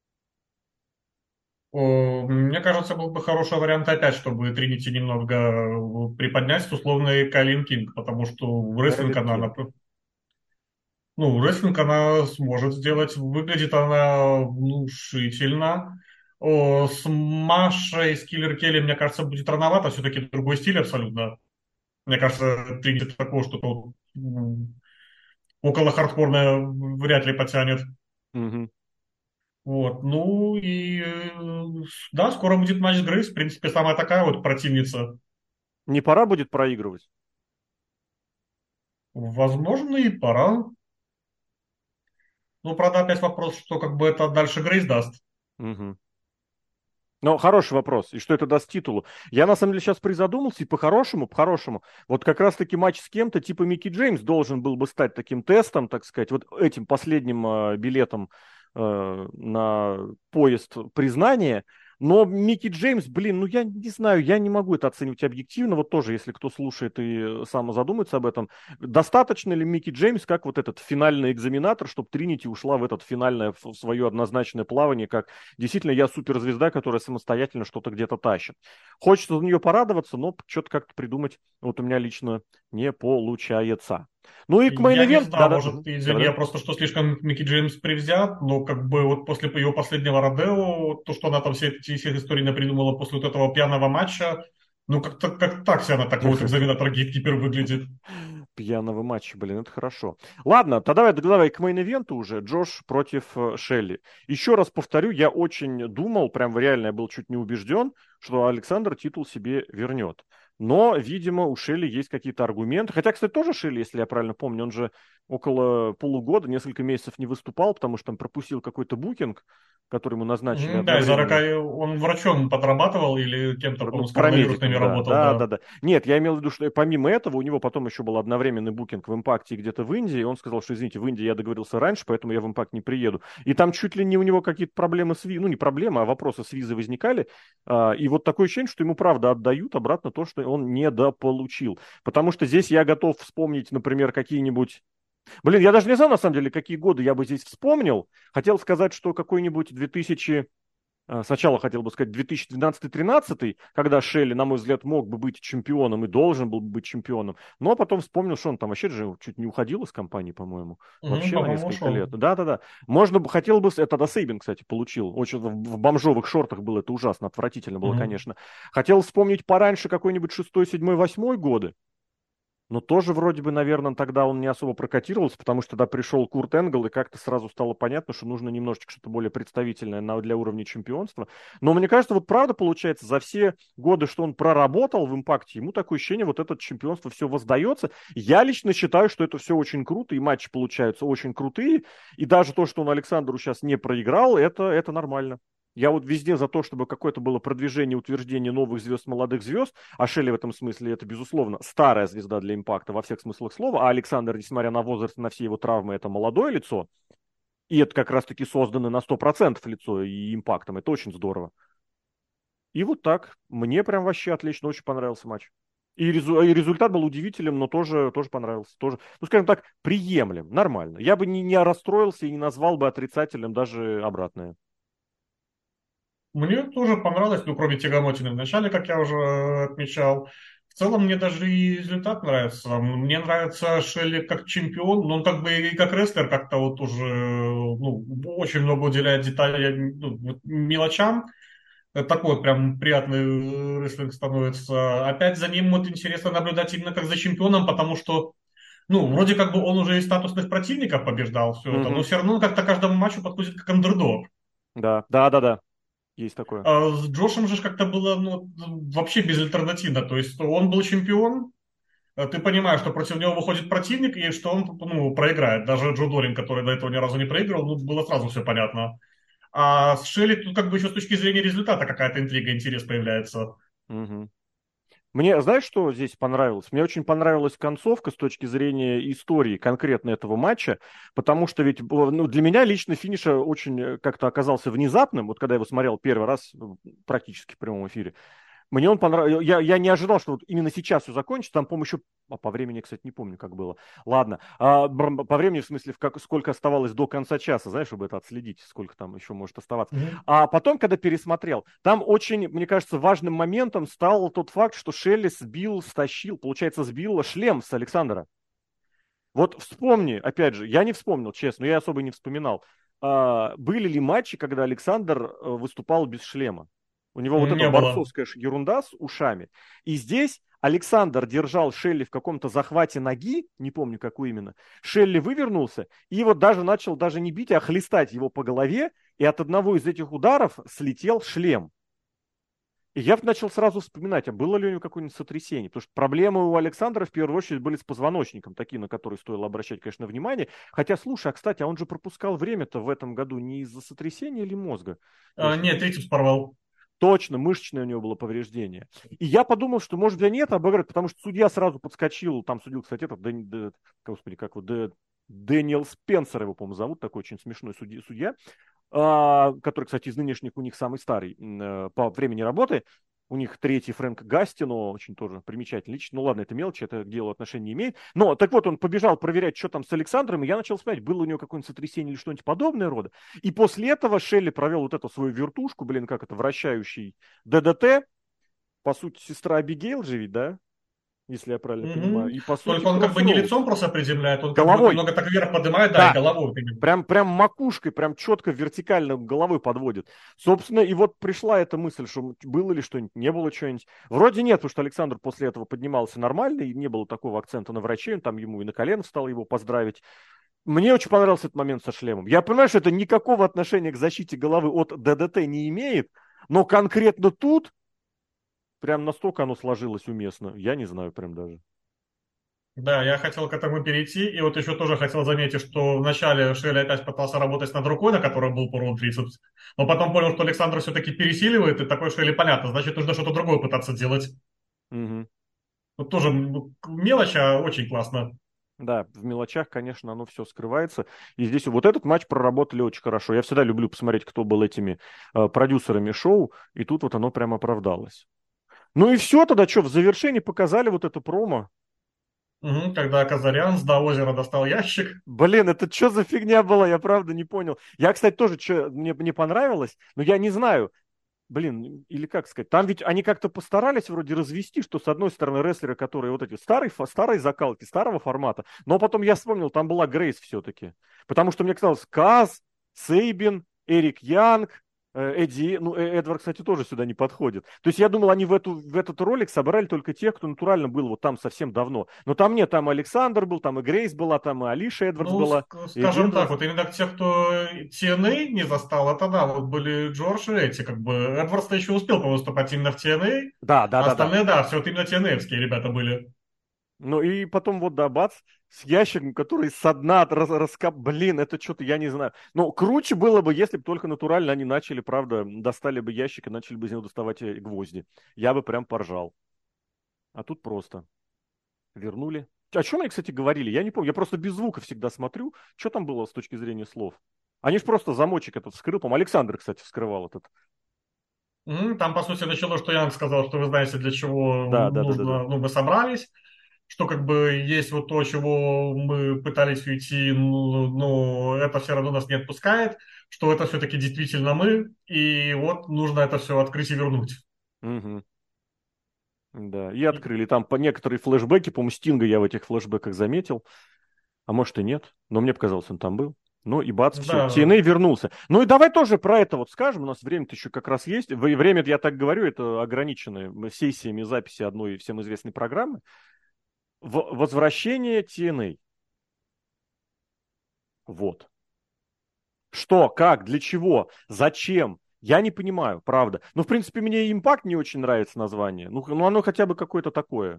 Мне кажется, был бы хороший вариант опять, чтобы Тринити немного приподнять с условной Кайлин Кинг, потому что в рестлинг Кайлин она, Кинг. ну, рестлинг она сможет сделать. Выглядит она внушительно. С Машей, с Киллер Келли, мне кажется, будет рановато. Все-таки другой стиль абсолютно. Мне кажется, Тринити такого что-то около хардкорное вряд ли потянет. Мгм. Вот, ну и да, скоро будет матч с Грейс. В принципе, самая такая вот противница. Не пора будет проигрывать? Возможно, и пора. Ну, правда, опять вопрос, что как бы это дальше Грейс даст. Мгм. Ну, хороший вопрос. И что это даст титулу? Я, на самом деле, сейчас призадумался, и по-хорошему, вот как раз-таки матч с кем-то, типа Микки Джеймс, должен был бы стать таким тестом, так сказать, вот этим последним билетом на поезд признания. Но Микки Джеймс, блин, ну я не знаю, я не могу это оценивать объективно. Вот тоже, если кто слушает и сам задумается об этом, достаточно ли Микки Джеймс как вот этот финальный экзаменатор, чтобы Тринити ушла в этот финальное, в свое однозначное плавание, как действительно я суперзвезда, которая самостоятельно что-то где-то тащит. Хочется за нее порадоваться, но что-то как-то придумать вот у меня лично не получается. Ну и к Я не мейн-ивент, знаю, да-да, может, извини, я да-да. просто что слишком Микки Джеймс привзят, но как бы вот после ее последнего Родео, то, что она там все истории напридумала после вот этого пьяного матча, ну как-то как так себе она такой вот экзаменатор гейткипер выглядит. Пьяного матча, блин, это хорошо. Ладно, тогда давай к мейн-ивенту уже. Джош против Шелли. Еще раз повторю, я очень думал, прям реально я был чуть не убежден, что Александр титул себе вернет. Но, видимо, у Шелли есть какие-то аргументы. Хотя, кстати, тоже Шелли, если я правильно помню, он же около полугода, несколько месяцев не выступал, потому что там пропустил какой-то букинг, который ему назначили Да, из-за одновременно. рака он врачом подрабатывал или кем-то, Ну, по-моему, с коронавирусными парамедиком, да, работал, да, да. да, да. Нет, я имел в виду, что помимо этого у него потом еще был одновременный букинг в Импакте и где-то в Индии. И он сказал, что, извините, в Индии я договорился раньше, поэтому я в Импакт не приеду. И там чуть ли не у него какие-то проблемы с визой, ну, не проблемы, а вопросы с визой возникали. И вот такое ощущение, что ему, правда, отдают обратно то, что он недополучил. Потому что здесь я готов вспомнить, например, какие-нибудь... Блин, я даже не знаю, на самом деле, какие годы я бы здесь вспомнил. Хотел сказать, что какой-нибудь 2000... Сначала хотел бы сказать 2012-2013, когда Шелли, на мой взгляд, мог бы быть чемпионом и должен был бы быть чемпионом. Но потом вспомнил, что он там вообще же чуть не уходил из компании, по-моему. Вообще на По-моему, несколько ушел. лет. Да-да-да. Можно бы, хотел бы... Это до Сейбин, кстати, получил. Очень в бомжовых шортах было это ужасно, отвратительно было, Мгм. конечно. Хотел вспомнить пораньше какой-нибудь 6-й, 7-й, 8-й годы. Но тоже вроде бы, наверное, тогда он не особо прокатировался, потому что тогда пришел Курт Энгл, и как-то сразу стало понятно, что нужно немножечко что-то более представительное для уровня чемпионства. Но мне кажется, вот правда получается, за все годы, что он проработал в «Импакте», ему такое ощущение, вот это чемпионство все воздается. Я лично считаю, что это все очень круто, и матчи получаются очень крутые, и даже то, что он Александру сейчас не проиграл, это нормально. Я вот везде за то, чтобы какое-то было продвижение, утверждение новых звезд, молодых звезд, а Шелли в этом смысле это, безусловно, старая звезда для «Импакта» во всех смыслах слова, а Александр, несмотря на возраст, на все его травмы, это молодое лицо, и это как раз-таки создано на 100% лицо и «Импактом», это очень здорово. И вот так, мне прям вообще отлично, очень понравился матч. И результат был удивительным, но тоже понравился. Тоже, ну, скажем так, приемлем, нормально. Я бы не расстроился и не назвал бы отрицательным даже обратное. Мне тоже понравилось, ну, кроме тягомотины в начале, как я уже отмечал. В целом, мне даже и результат нравится. Мне нравится Шелли как чемпион, но он как бы и как рестлер как-то вот уже, ну, очень много уделяет деталям, ну, вот мелочам. Такой вот прям приятный рестлинг становится. Опять за ним вот интересно наблюдать именно как за чемпионом, потому что, ну, вроде как бы он уже и статусных противников побеждал, все это, но Мгм. все равно он как-то каждому матчу подходит как андердог. Да, да, да, да, есть такое. А с Джошем же как-то было ну, вообще безальтернативно. То есть он был чемпион, ты понимаешь, что против него выходит противник и что он ну, проиграет. Даже Джо Дорин, который до этого ни разу не проигрывал, ну, было сразу все понятно. А с Шелли тут как бы еще с точки зрения результата какая-то интрига, интерес появляется. Мгм. Мне, знаешь, что здесь понравилось? Мне очень понравилась концовка с точки зрения истории конкретно этого матча, потому что ведь ну, для меня лично финиш очень как-то оказался внезапным, вот когда я его смотрел первый раз практически в прямом эфире. Мне он понравился. Я не ожидал, что вот именно сейчас все закончится. Там, по-моему, еще... по времени, кстати, не помню, как было. Ладно. По времени, в смысле, сколько оставалось до конца часа, знаешь, чтобы это отследить, сколько там еще может оставаться. Мгм. А потом, когда пересмотрел, там очень, мне кажется, важным моментом стал тот факт, что Шелли стащил, получается, сбил шлем с Александра. Вот вспомни, опять же, я не вспомнил, честно, я особо не вспоминал. Были ли матчи, когда Александр выступал без шлема? У него вот эта Не было. борцовская ерунда с ушами. И здесь Александр держал Шелли в каком-то захвате ноги, не помню, какую именно. Шелли вывернулся и вот даже начал даже не бить, а хлестать его по голове. И от одного из этих ударов слетел шлем. И я начал сразу вспоминать, а было ли у него какое-нибудь сотрясение. Потому что проблемы у Александра в первую очередь были с позвоночником, такие, на которые стоило обращать, конечно, внимание. Хотя, слушай, а кстати, а он же пропускал время-то в этом году не из-за сотрясения или мозга? Я что-то... Нет, Трицепс порвал. Точно, мышечное у него было повреждение. И я подумал, что, может, для нет обыграть, потому что судья сразу подскочил, там судил, кстати, этот, господи, как вот, Дэниел Спенсер его, по-моему, зовут, такой очень смешной судья, который, кстати, из нынешних у них самый старый по времени работы. У них третий Фрэнк Гастино, очень тоже примечательный лично. Ну ладно, это мелочи, это к делу отношения не имеет. Но так вот, он побежал проверять, что там с Александром, и я начал вспоминать, было у него какое-нибудь сотрясение или что-нибудь подобное рода. И после этого Шелли провел вот эту свою вертушку, блин, как это, вращающий ДДТ. По сути, сестра Абигейл же ведь, да? Если я правильно понимаю. Мгм. И по сути Только он как бы не кроссроуд. лицом просто приземляет, он как бы вот Головой. немного так вверх поднимает, да, и Да, головой вот именно. прям макушкой, прям четко вертикально головой подводит. Собственно, и вот пришла эта мысль, что было ли что-нибудь, не было что-нибудь. Вроде нет, потому что Александр после этого поднимался нормально, и не было такого акцента на врачей, он там ему и на колено встал его поздравить. Мне очень понравился этот момент со шлемом. Я понимаю, что это никакого отношения к защите головы от ДДТ не имеет, но конкретно тут прям настолько оно сложилось уместно. Я не знаю прям даже. Да, я хотел к этому перейти, и вот еще тоже хотел заметить, что вначале Шелли опять пытался работать над рукой, на которой был порван трицепс, но потом понял, что Александр все-таки пересиливает, и такой Шелли понятно, значит, нужно что-то другое пытаться делать. Мгм. Вот тоже мелочь, а очень классно. Да, в мелочах, конечно, оно все скрывается. И здесь вот этот матч проработали очень хорошо. Я всегда люблю посмотреть, кто был этими продюсерами шоу, и тут вот оно прям оправдалось. Ну и все тогда, что, в завершении показали вот это промо. Мгм, когда Казарян с до озера достал ящик. Блин, это что за фигня была, я правда не понял. Я, кстати, тоже, мне понравилось, но я не знаю, блин, или как сказать, там ведь они как-то постарались вроде развести, что с одной стороны рестлеры, которые вот эти старой закалки, старого формата, но потом я вспомнил, там была Грейс все-таки. Потому что мне казалось, Каз, Сейбин, Эрик Янг, Эдди, ну, Эдвард, кстати, тоже сюда не подходит. То есть я думал, они в этот ролик собрали только тех, кто натурально был вот там совсем давно. Но там нет, там Александр был, там и Грейс была, там и Алиша Эдвардс Ну, была, и Эдди скажем так, Эдвардс. вот именно те, кто TNA не застал, это да, вот были Джордж и эти, как бы, Эдвардс-то еще успел выступать именно в TNA, Да, да, а да, да. остальные, да, все вот именно TNA-евские ребята были. Ну и потом вот, да, бац, с ящиком, который со дна раскап... Блин, это что-то, я не знаю. Но круче было бы, если бы только натурально они начали, правда, достали бы ящик и начали бы из него доставать гвозди. Я бы прям поржал. А тут просто вернули. О чем они, кстати, говорили? Я не помню. Я просто без звука всегда смотрю. Что там было с точки зрения слов? Они же просто замочек этот вскрыл. По-моему, Александр, кстати, вскрывал этот. Там, по сути, началось, что Янг сказал, что вы знаете, для чего Да, да, да, да, да. нужно, ну, мы собрались, что как бы есть вот то, чего мы пытались уйти, но это все равно нас не отпускает, что это все-таки действительно мы, и вот нужно это все открыть и вернуть. Угу. Да, и открыли. Там по некоторые флешбеки, по-моему, Стинга я в этих флешбеках заметил. А может и нет, но мне показалось, он там был. Ну и бац, все, Да. TNA вернулся. Ну и давай тоже про это вот скажем, у нас время-то еще как раз есть. Время, я так говорю, это ограниченное сессиями записи одной всем известной программы. Возвращение TNA. Вот. Что, как, для чего, зачем? Я не понимаю, правда. Ну, в принципе, мне и Impact не очень нравится название. Ну оно хотя бы какое-то такое.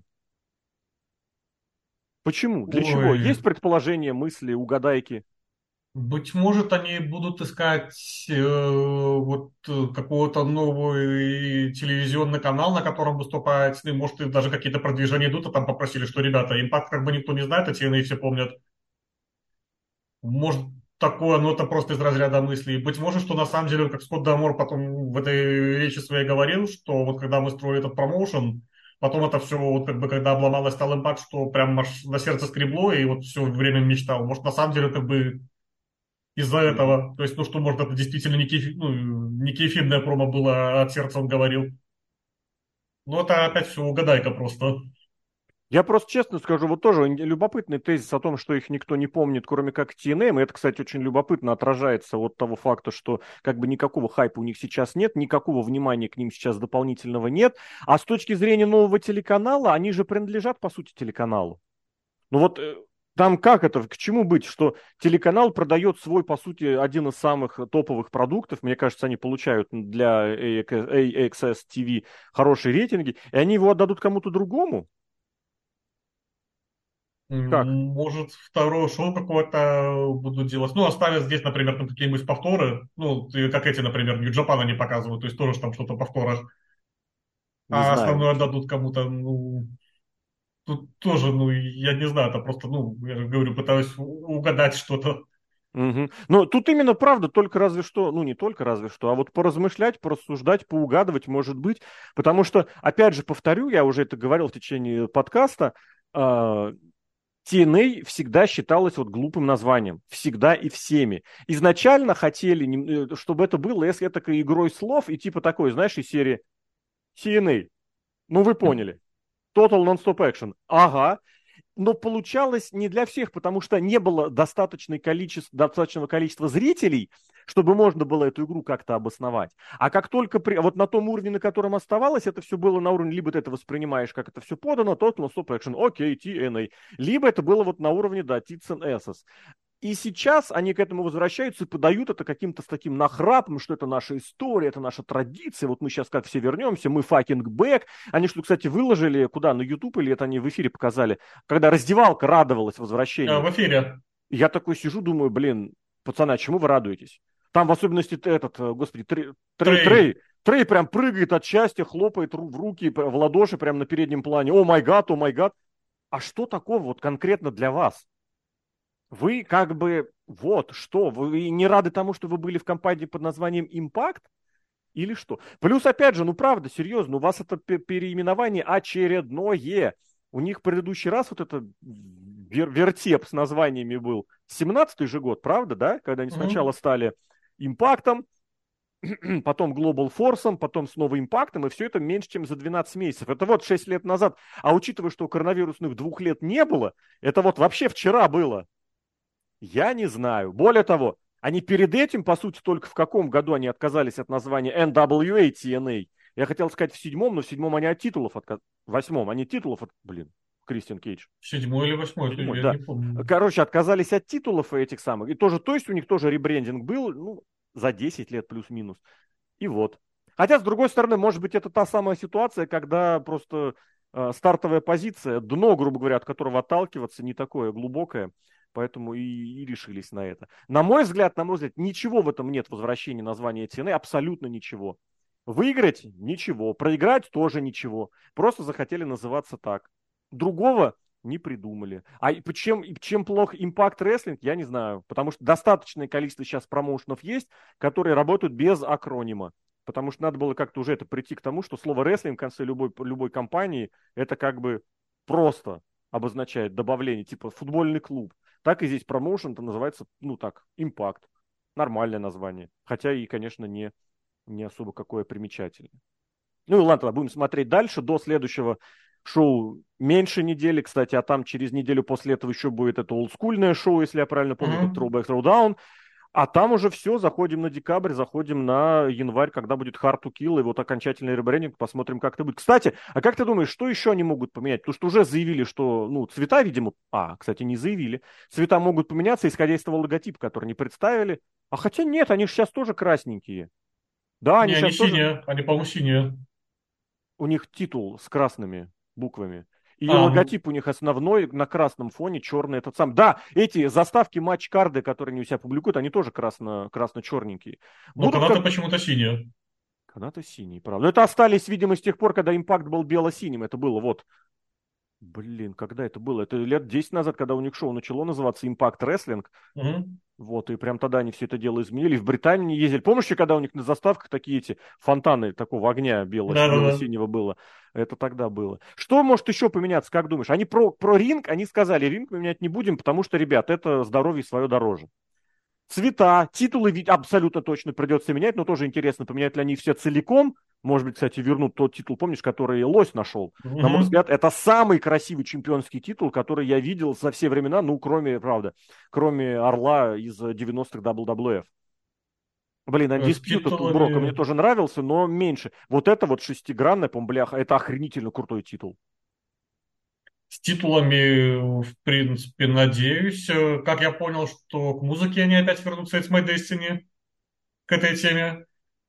Почему? Для чего? Ой, Есть предположения, мысли, угадайки? быть может, они будут искать какого-то новый телевизионный канал, на котором выступает, ну, может, и даже какие-то продвижения идут, а там попросили, что, ребята, импакт как бы никто не знает, а TNA все помнят. Может, такое, но это просто из разряда мыслей. Быть может, что на самом деле, как Скотт Дамор потом в этой речи своей говорил, что вот когда мы строили этот промоушен, потом это все, вот как бы, когда обломалось стал импакт, что прям аж на сердце скребло, и вот все время мечтал. Может, на самом деле, как бы из-за Мгм. этого. То есть, ну что, может, это действительно не кейфибное промо было, а от сердца он говорил. Ну, это опять все угадайка просто. Я просто честно скажу, вот тоже любопытный тезис о том, что их никто не помнит, кроме как TNM. И это, кстати, очень любопытно отражается от того факта, что как бы никакого хайпа у них сейчас нет, никакого внимания к ним сейчас дополнительного нет. А с точки зрения нового телеканала, они же принадлежат, по сути, телеканалу. Ну вот там как это, к чему быть, что телеканал продает свой, по сути, один из самых топовых продуктов. Мне кажется, они получают для AXS TV хорошие рейтинги, и они его отдадут кому-то другому. Как? Может, второе шоу какое-то будут делать. Ну, оставят здесь, например, там какие-нибудь повторы. Ну, как эти, например, Нью-Джапан они показывают. То есть тоже там что-то в повторах. Не А знаю. основное отдадут кому-то, ну, тут тоже, ну, я не знаю, это просто, ну, я же говорю, пытаюсь угадать что-то. Мгм. Но тут именно правда, только разве что, ну не только разве что, а вот поразмышлять, порассуждать, поугадывать, может быть. Потому что, опять же, повторю, я уже это говорил в течение подкаста, а, TNA всегда считалось вот глупым названием. Всегда и всеми. Изначально хотели, чтобы это было, если такой игрой слов, и типа такой, знаешь, из серии TNA. Ну, вы поняли. Total Non-Stop Action. Ага. Но получалось не для всех, потому что не было достаточного количества зрителей, чтобы можно было эту игру как-то обосновать. А как только вот на том уровне, на котором оставалось, это все было на уровне, либо ты это воспринимаешь, как это все подано, Total Stop Action, окей, TNA, либо это было вот на уровне, да, Tits and Asses. И сейчас они к этому возвращаются и подают это каким-то с таким нахрапом, что это наша история, это наша традиция, вот мы сейчас как все вернемся, мы fucking back. Они что, кстати, выложили куда, на YouTube, или это они в эфире показали, когда раздевалка радовалась возвращению. В эфире. И я такой сижу, думаю, блин, пацаны, а чему вы радуетесь? Там в особенности этот, господи, Трей. Трей прям прыгает от счастья, хлопает в руки, в ладоши прям на переднем плане. О май гад, о май гад. А что такого вот конкретно для вас? Вы как бы, вот, что, вы не рады тому, что вы были в компании под названием Impact? Или что? Плюс, опять же, ну правда, серьезно, у вас это переименование очередное. У них предыдущий раз вот это вертеп с названиями был 17-й же год, правда, да? Когда они сначала Мгм. стали Импактом, потом Global Force, потом снова Импактом, и все это меньше, чем за 12 месяцев. Это вот 6 лет назад. А учитывая, что коронавирусных 2 лет не было, это вот вообще вчера было. Я не знаю. Более того, они перед этим, по сути, только в каком году они отказались от названия NWA TNA? Я хотел сказать в седьмом, но в седьмом они от титулов отказались. В восьмом они титулов от... Блин, Кристиан Кейдж. 7 или 8, Седьмой, я да. не помню. Короче, отказались от титулов этих самых. И тоже, то есть у них тоже ребрендинг был, ну, за 10 лет плюс-минус. И вот. Хотя, с другой стороны, может быть, это та самая ситуация, когда просто стартовая позиция, дно, грубо говоря, от которого отталкиваться, не такое глубокое, поэтому и решились на это. На мой взгляд, ничего в этом нет возвращения названия TNA, абсолютно ничего. Выиграть – ничего, проиграть – тоже ничего. Просто захотели называться так. Другого не придумали. А чем плох Impact Wrestling, я не знаю. Потому что достаточное количество сейчас промоушенов есть, которые работают без акронима. Потому что надо было как-то уже это прийти к тому, что слово рестлинг в конце любой компании это как бы просто обозначает добавление, типа футбольный клуб. Так и здесь промоушен-то называется, ну так, Impact. Нормальное название. Хотя и, конечно, не особо какое примечательное. Ну и ладно, тогда будем смотреть дальше. До следующего шоу меньше недели, кстати, а там через неделю после этого еще будет это олдскульное шоу, если я правильно помню, как Мгм. Throwback Throwdown. А там уже все, заходим на декабрь, заходим на январь, когда будет Hard to Kill, и вот окончательный ребрендинг, посмотрим, как это будет. Кстати, а как ты думаешь, что еще они могут поменять? Потому что уже заявили, что, ну, цвета, видимо, кстати, не заявили, цвета могут поменяться, исходя из того логотипа, который не представили. А хотя нет, они же сейчас тоже красненькие. Да, Не, они они сейчас тоже, синие, они, по-моему, синие. у них титул с красными буквами. И А, логотип у них основной на красном фоне, черный этот сам. Да, эти заставки матч-карды, которые они у себя публикуют, они тоже красно-черненькие. но Будут канаты как... почему-то синие. Канаты синие, правда. Но это остались, видимо, с тех пор, когда Импакт был бело-синим. Это было вот... Блин, когда это было? Это лет 10 назад, когда у них шоу начало называться Impact Wrestling. Мгм. Вот, и прям тогда они все это дело изменили. В Британии не ездили. Помнишь, когда у них на заставках такие эти фонтаны такого огня Да-да-да. бело-синего было? Это тогда было. Что может еще поменяться, как думаешь? Они про ринг, они сказали, ринг мы менять не будем, потому что, ребят, это здоровье свое дороже. Цвета, титулы ведь абсолютно точно придется менять, но тоже интересно, поменять ли они все целиком. Может быть, кстати, вернут тот титул, помнишь, который Лось нашел. На мой Мгм. взгляд, это самый красивый чемпионский титул, который я видел за все времена, ну, кроме, правда, кроме Орла из 90-х WWF. Блин, С Undisputed у Брока мне титулами... тоже нравился, но меньше. Вот это вот шестигранная, по бляха, это охренительно крутой титул. С титулами, в принципе, надеюсь. Как я понял, что к музыке они опять вернутся It's My Destiny, к этой теме.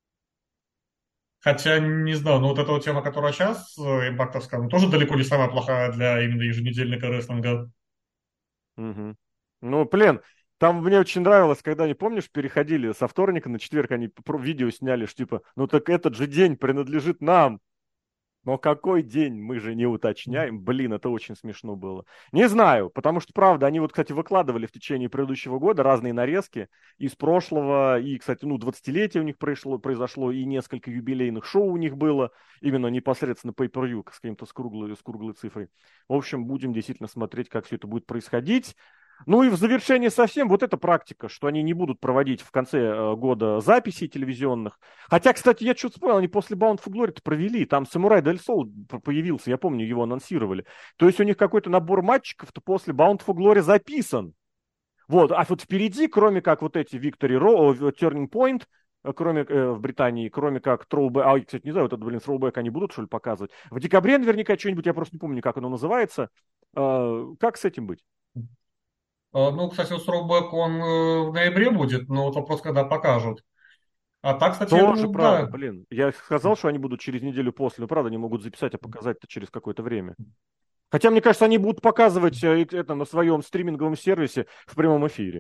Хотя, не знаю, но вот эта вот тема, которая сейчас, импактовская, она тоже далеко не самая плохая для именно еженедельника рестлинга. Мгм. Ну, блин, там мне очень нравилось, когда они, помнишь, переходили со вторника на четверг, они видео сняли, что типа, ну так этот же день принадлежит нам. Но какой день, мы же не уточняем. Блин, это очень смешно было. Не знаю, потому что, правда, они вот, кстати, выкладывали в течение предыдущего года разные нарезки из прошлого. И, кстати, ну, 20-летие у них произошло, и несколько юбилейных шоу у них было. Именно непосредственно pay-per-view с каким-то с круглой цифрой. В общем, будем действительно смотреть, как все это будет происходить. Ну и в завершение совсем вот эта практика, что они не будут проводить в конце года записей телевизионных. Хотя, кстати, я что-то вспомнил, они после Bound for Glory провели, там Самурай Дель Сол появился, я помню, его анонсировали. То есть у них какой-то набор матчиков-то после Bound for Glory записан. Вот, а вот впереди, кроме как вот эти Victory Row, Turning Point, кроме в Британии, кроме как Throwback, кстати, не знаю, вот этот, блин, Throwback они будут, что ли, показывать. В декабре наверняка что-нибудь, я просто не помню, как оно называется. Как с этим быть? Ну, кстати, вот Throwback, он в ноябре будет, но вот вопрос, когда покажут. А так, кстати, Тоже ну правда, да. блин. Я сказал, что они будут через неделю после, но правда, они могут записать, а показать-то через какое-то время. Хотя, мне кажется, они будут показывать это на своем стриминговом сервисе в прямом эфире.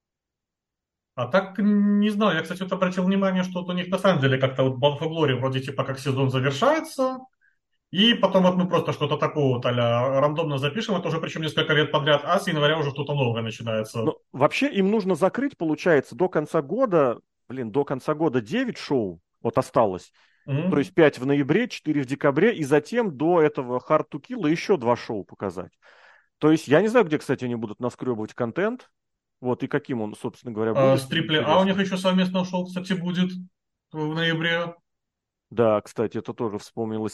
А так, не знаю, я, кстати, вот обратил внимание, что вот у них на самом деле как-то вот Bound for Glory вроде типа как сезон завершается, и потом вот мы просто что-то такое вот а рандомно запишем, это уже причем несколько лет подряд, а с января уже что-то новое начинается. Но вообще им нужно закрыть, получается, до конца года, блин, до конца года 9 шоу вот осталось. То есть Мгм. 5 в ноябре, 4 в декабре, и затем до этого Hard to Kill еще 2 шоу показать. То есть я не знаю, где, кстати, они будут наскребывать контент, вот, и каким он, собственно говоря, будет, С мне Трипле А у них интересно. еще совместное шоу, кстати, будет в ноябре. Да, кстати, это тоже вспомнилось.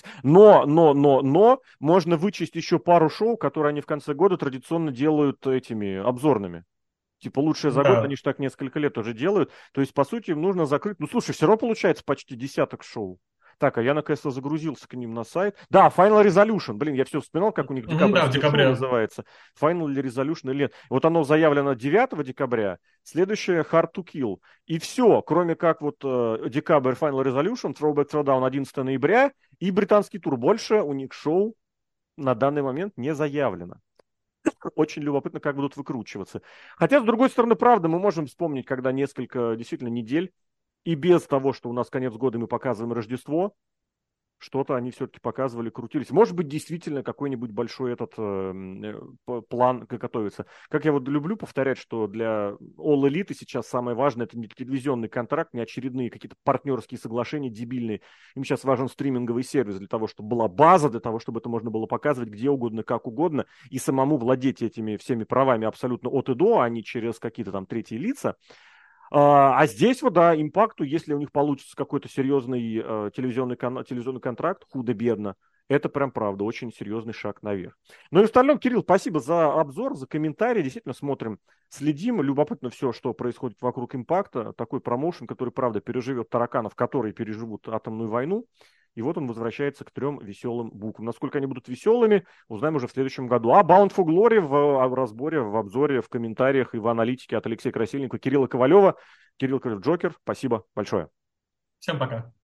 Но, можно вычесть еще пару шоу, которые они в конце года традиционно делают этими обзорными. Типа лучшее за год, они Да. же так несколько лет уже делают. То есть, по сути, им нужно закрыть. Ну, слушай, все равно получается почти десяток шоу. Так, а я наконец-то загрузился к ним на сайт. Да, Final Resolution. Блин, я все вспоминал, как у них Мгм, да, в декабрьское шоу декабре. называется. Final Resolution или нет. Вот оно заявлено 9 декабря, следующее Hard to Kill. И все, кроме как вот декабрь Final Resolution, Throwback Throwdown 11 ноября и британский тур. Больше у них шоу на данный момент не заявлено. Очень любопытно, как будут выкручиваться. Хотя, с другой стороны, правда, мы можем вспомнить, когда несколько действительно недель, и без того, что у нас конец года, мы показываем Рождество, что-то они все-таки показывали, крутились. Может быть, действительно какой-нибудь большой этот план готовится. Как я вот люблю повторять, что для All Elite сейчас самое важное — это не телевизионный контракт, не очередные какие-то партнерские соглашения дебильные. Им сейчас важен стриминговый сервис для того, чтобы была база, для того, чтобы это можно было показывать где угодно, как угодно, и самому владеть этими всеми правами абсолютно от и до, а не через какие-то там третьи лица. А здесь вот, да, импакту, если у них получится какой-то серьезный телевизионный контракт, худо-бедно, это прям правда очень серьезный шаг наверх. Ну и в остальном, Кирилл, спасибо за обзор, за комментарии. Действительно смотрим, следим. Любопытно все, что происходит вокруг импакта. Такой промоушен, который, правда, переживет тараканов, которые переживут атомную войну. И вот он возвращается к 3 веселым буквам. Насколько они будут веселыми, узнаем уже в следующем году. А Bound for Glory в разборе, в обзоре, в комментариях и в аналитике от Алексея Красильникова, Кирилла Ковалева. Кирилл Ковалев, Джокер. Спасибо большое. Всем пока.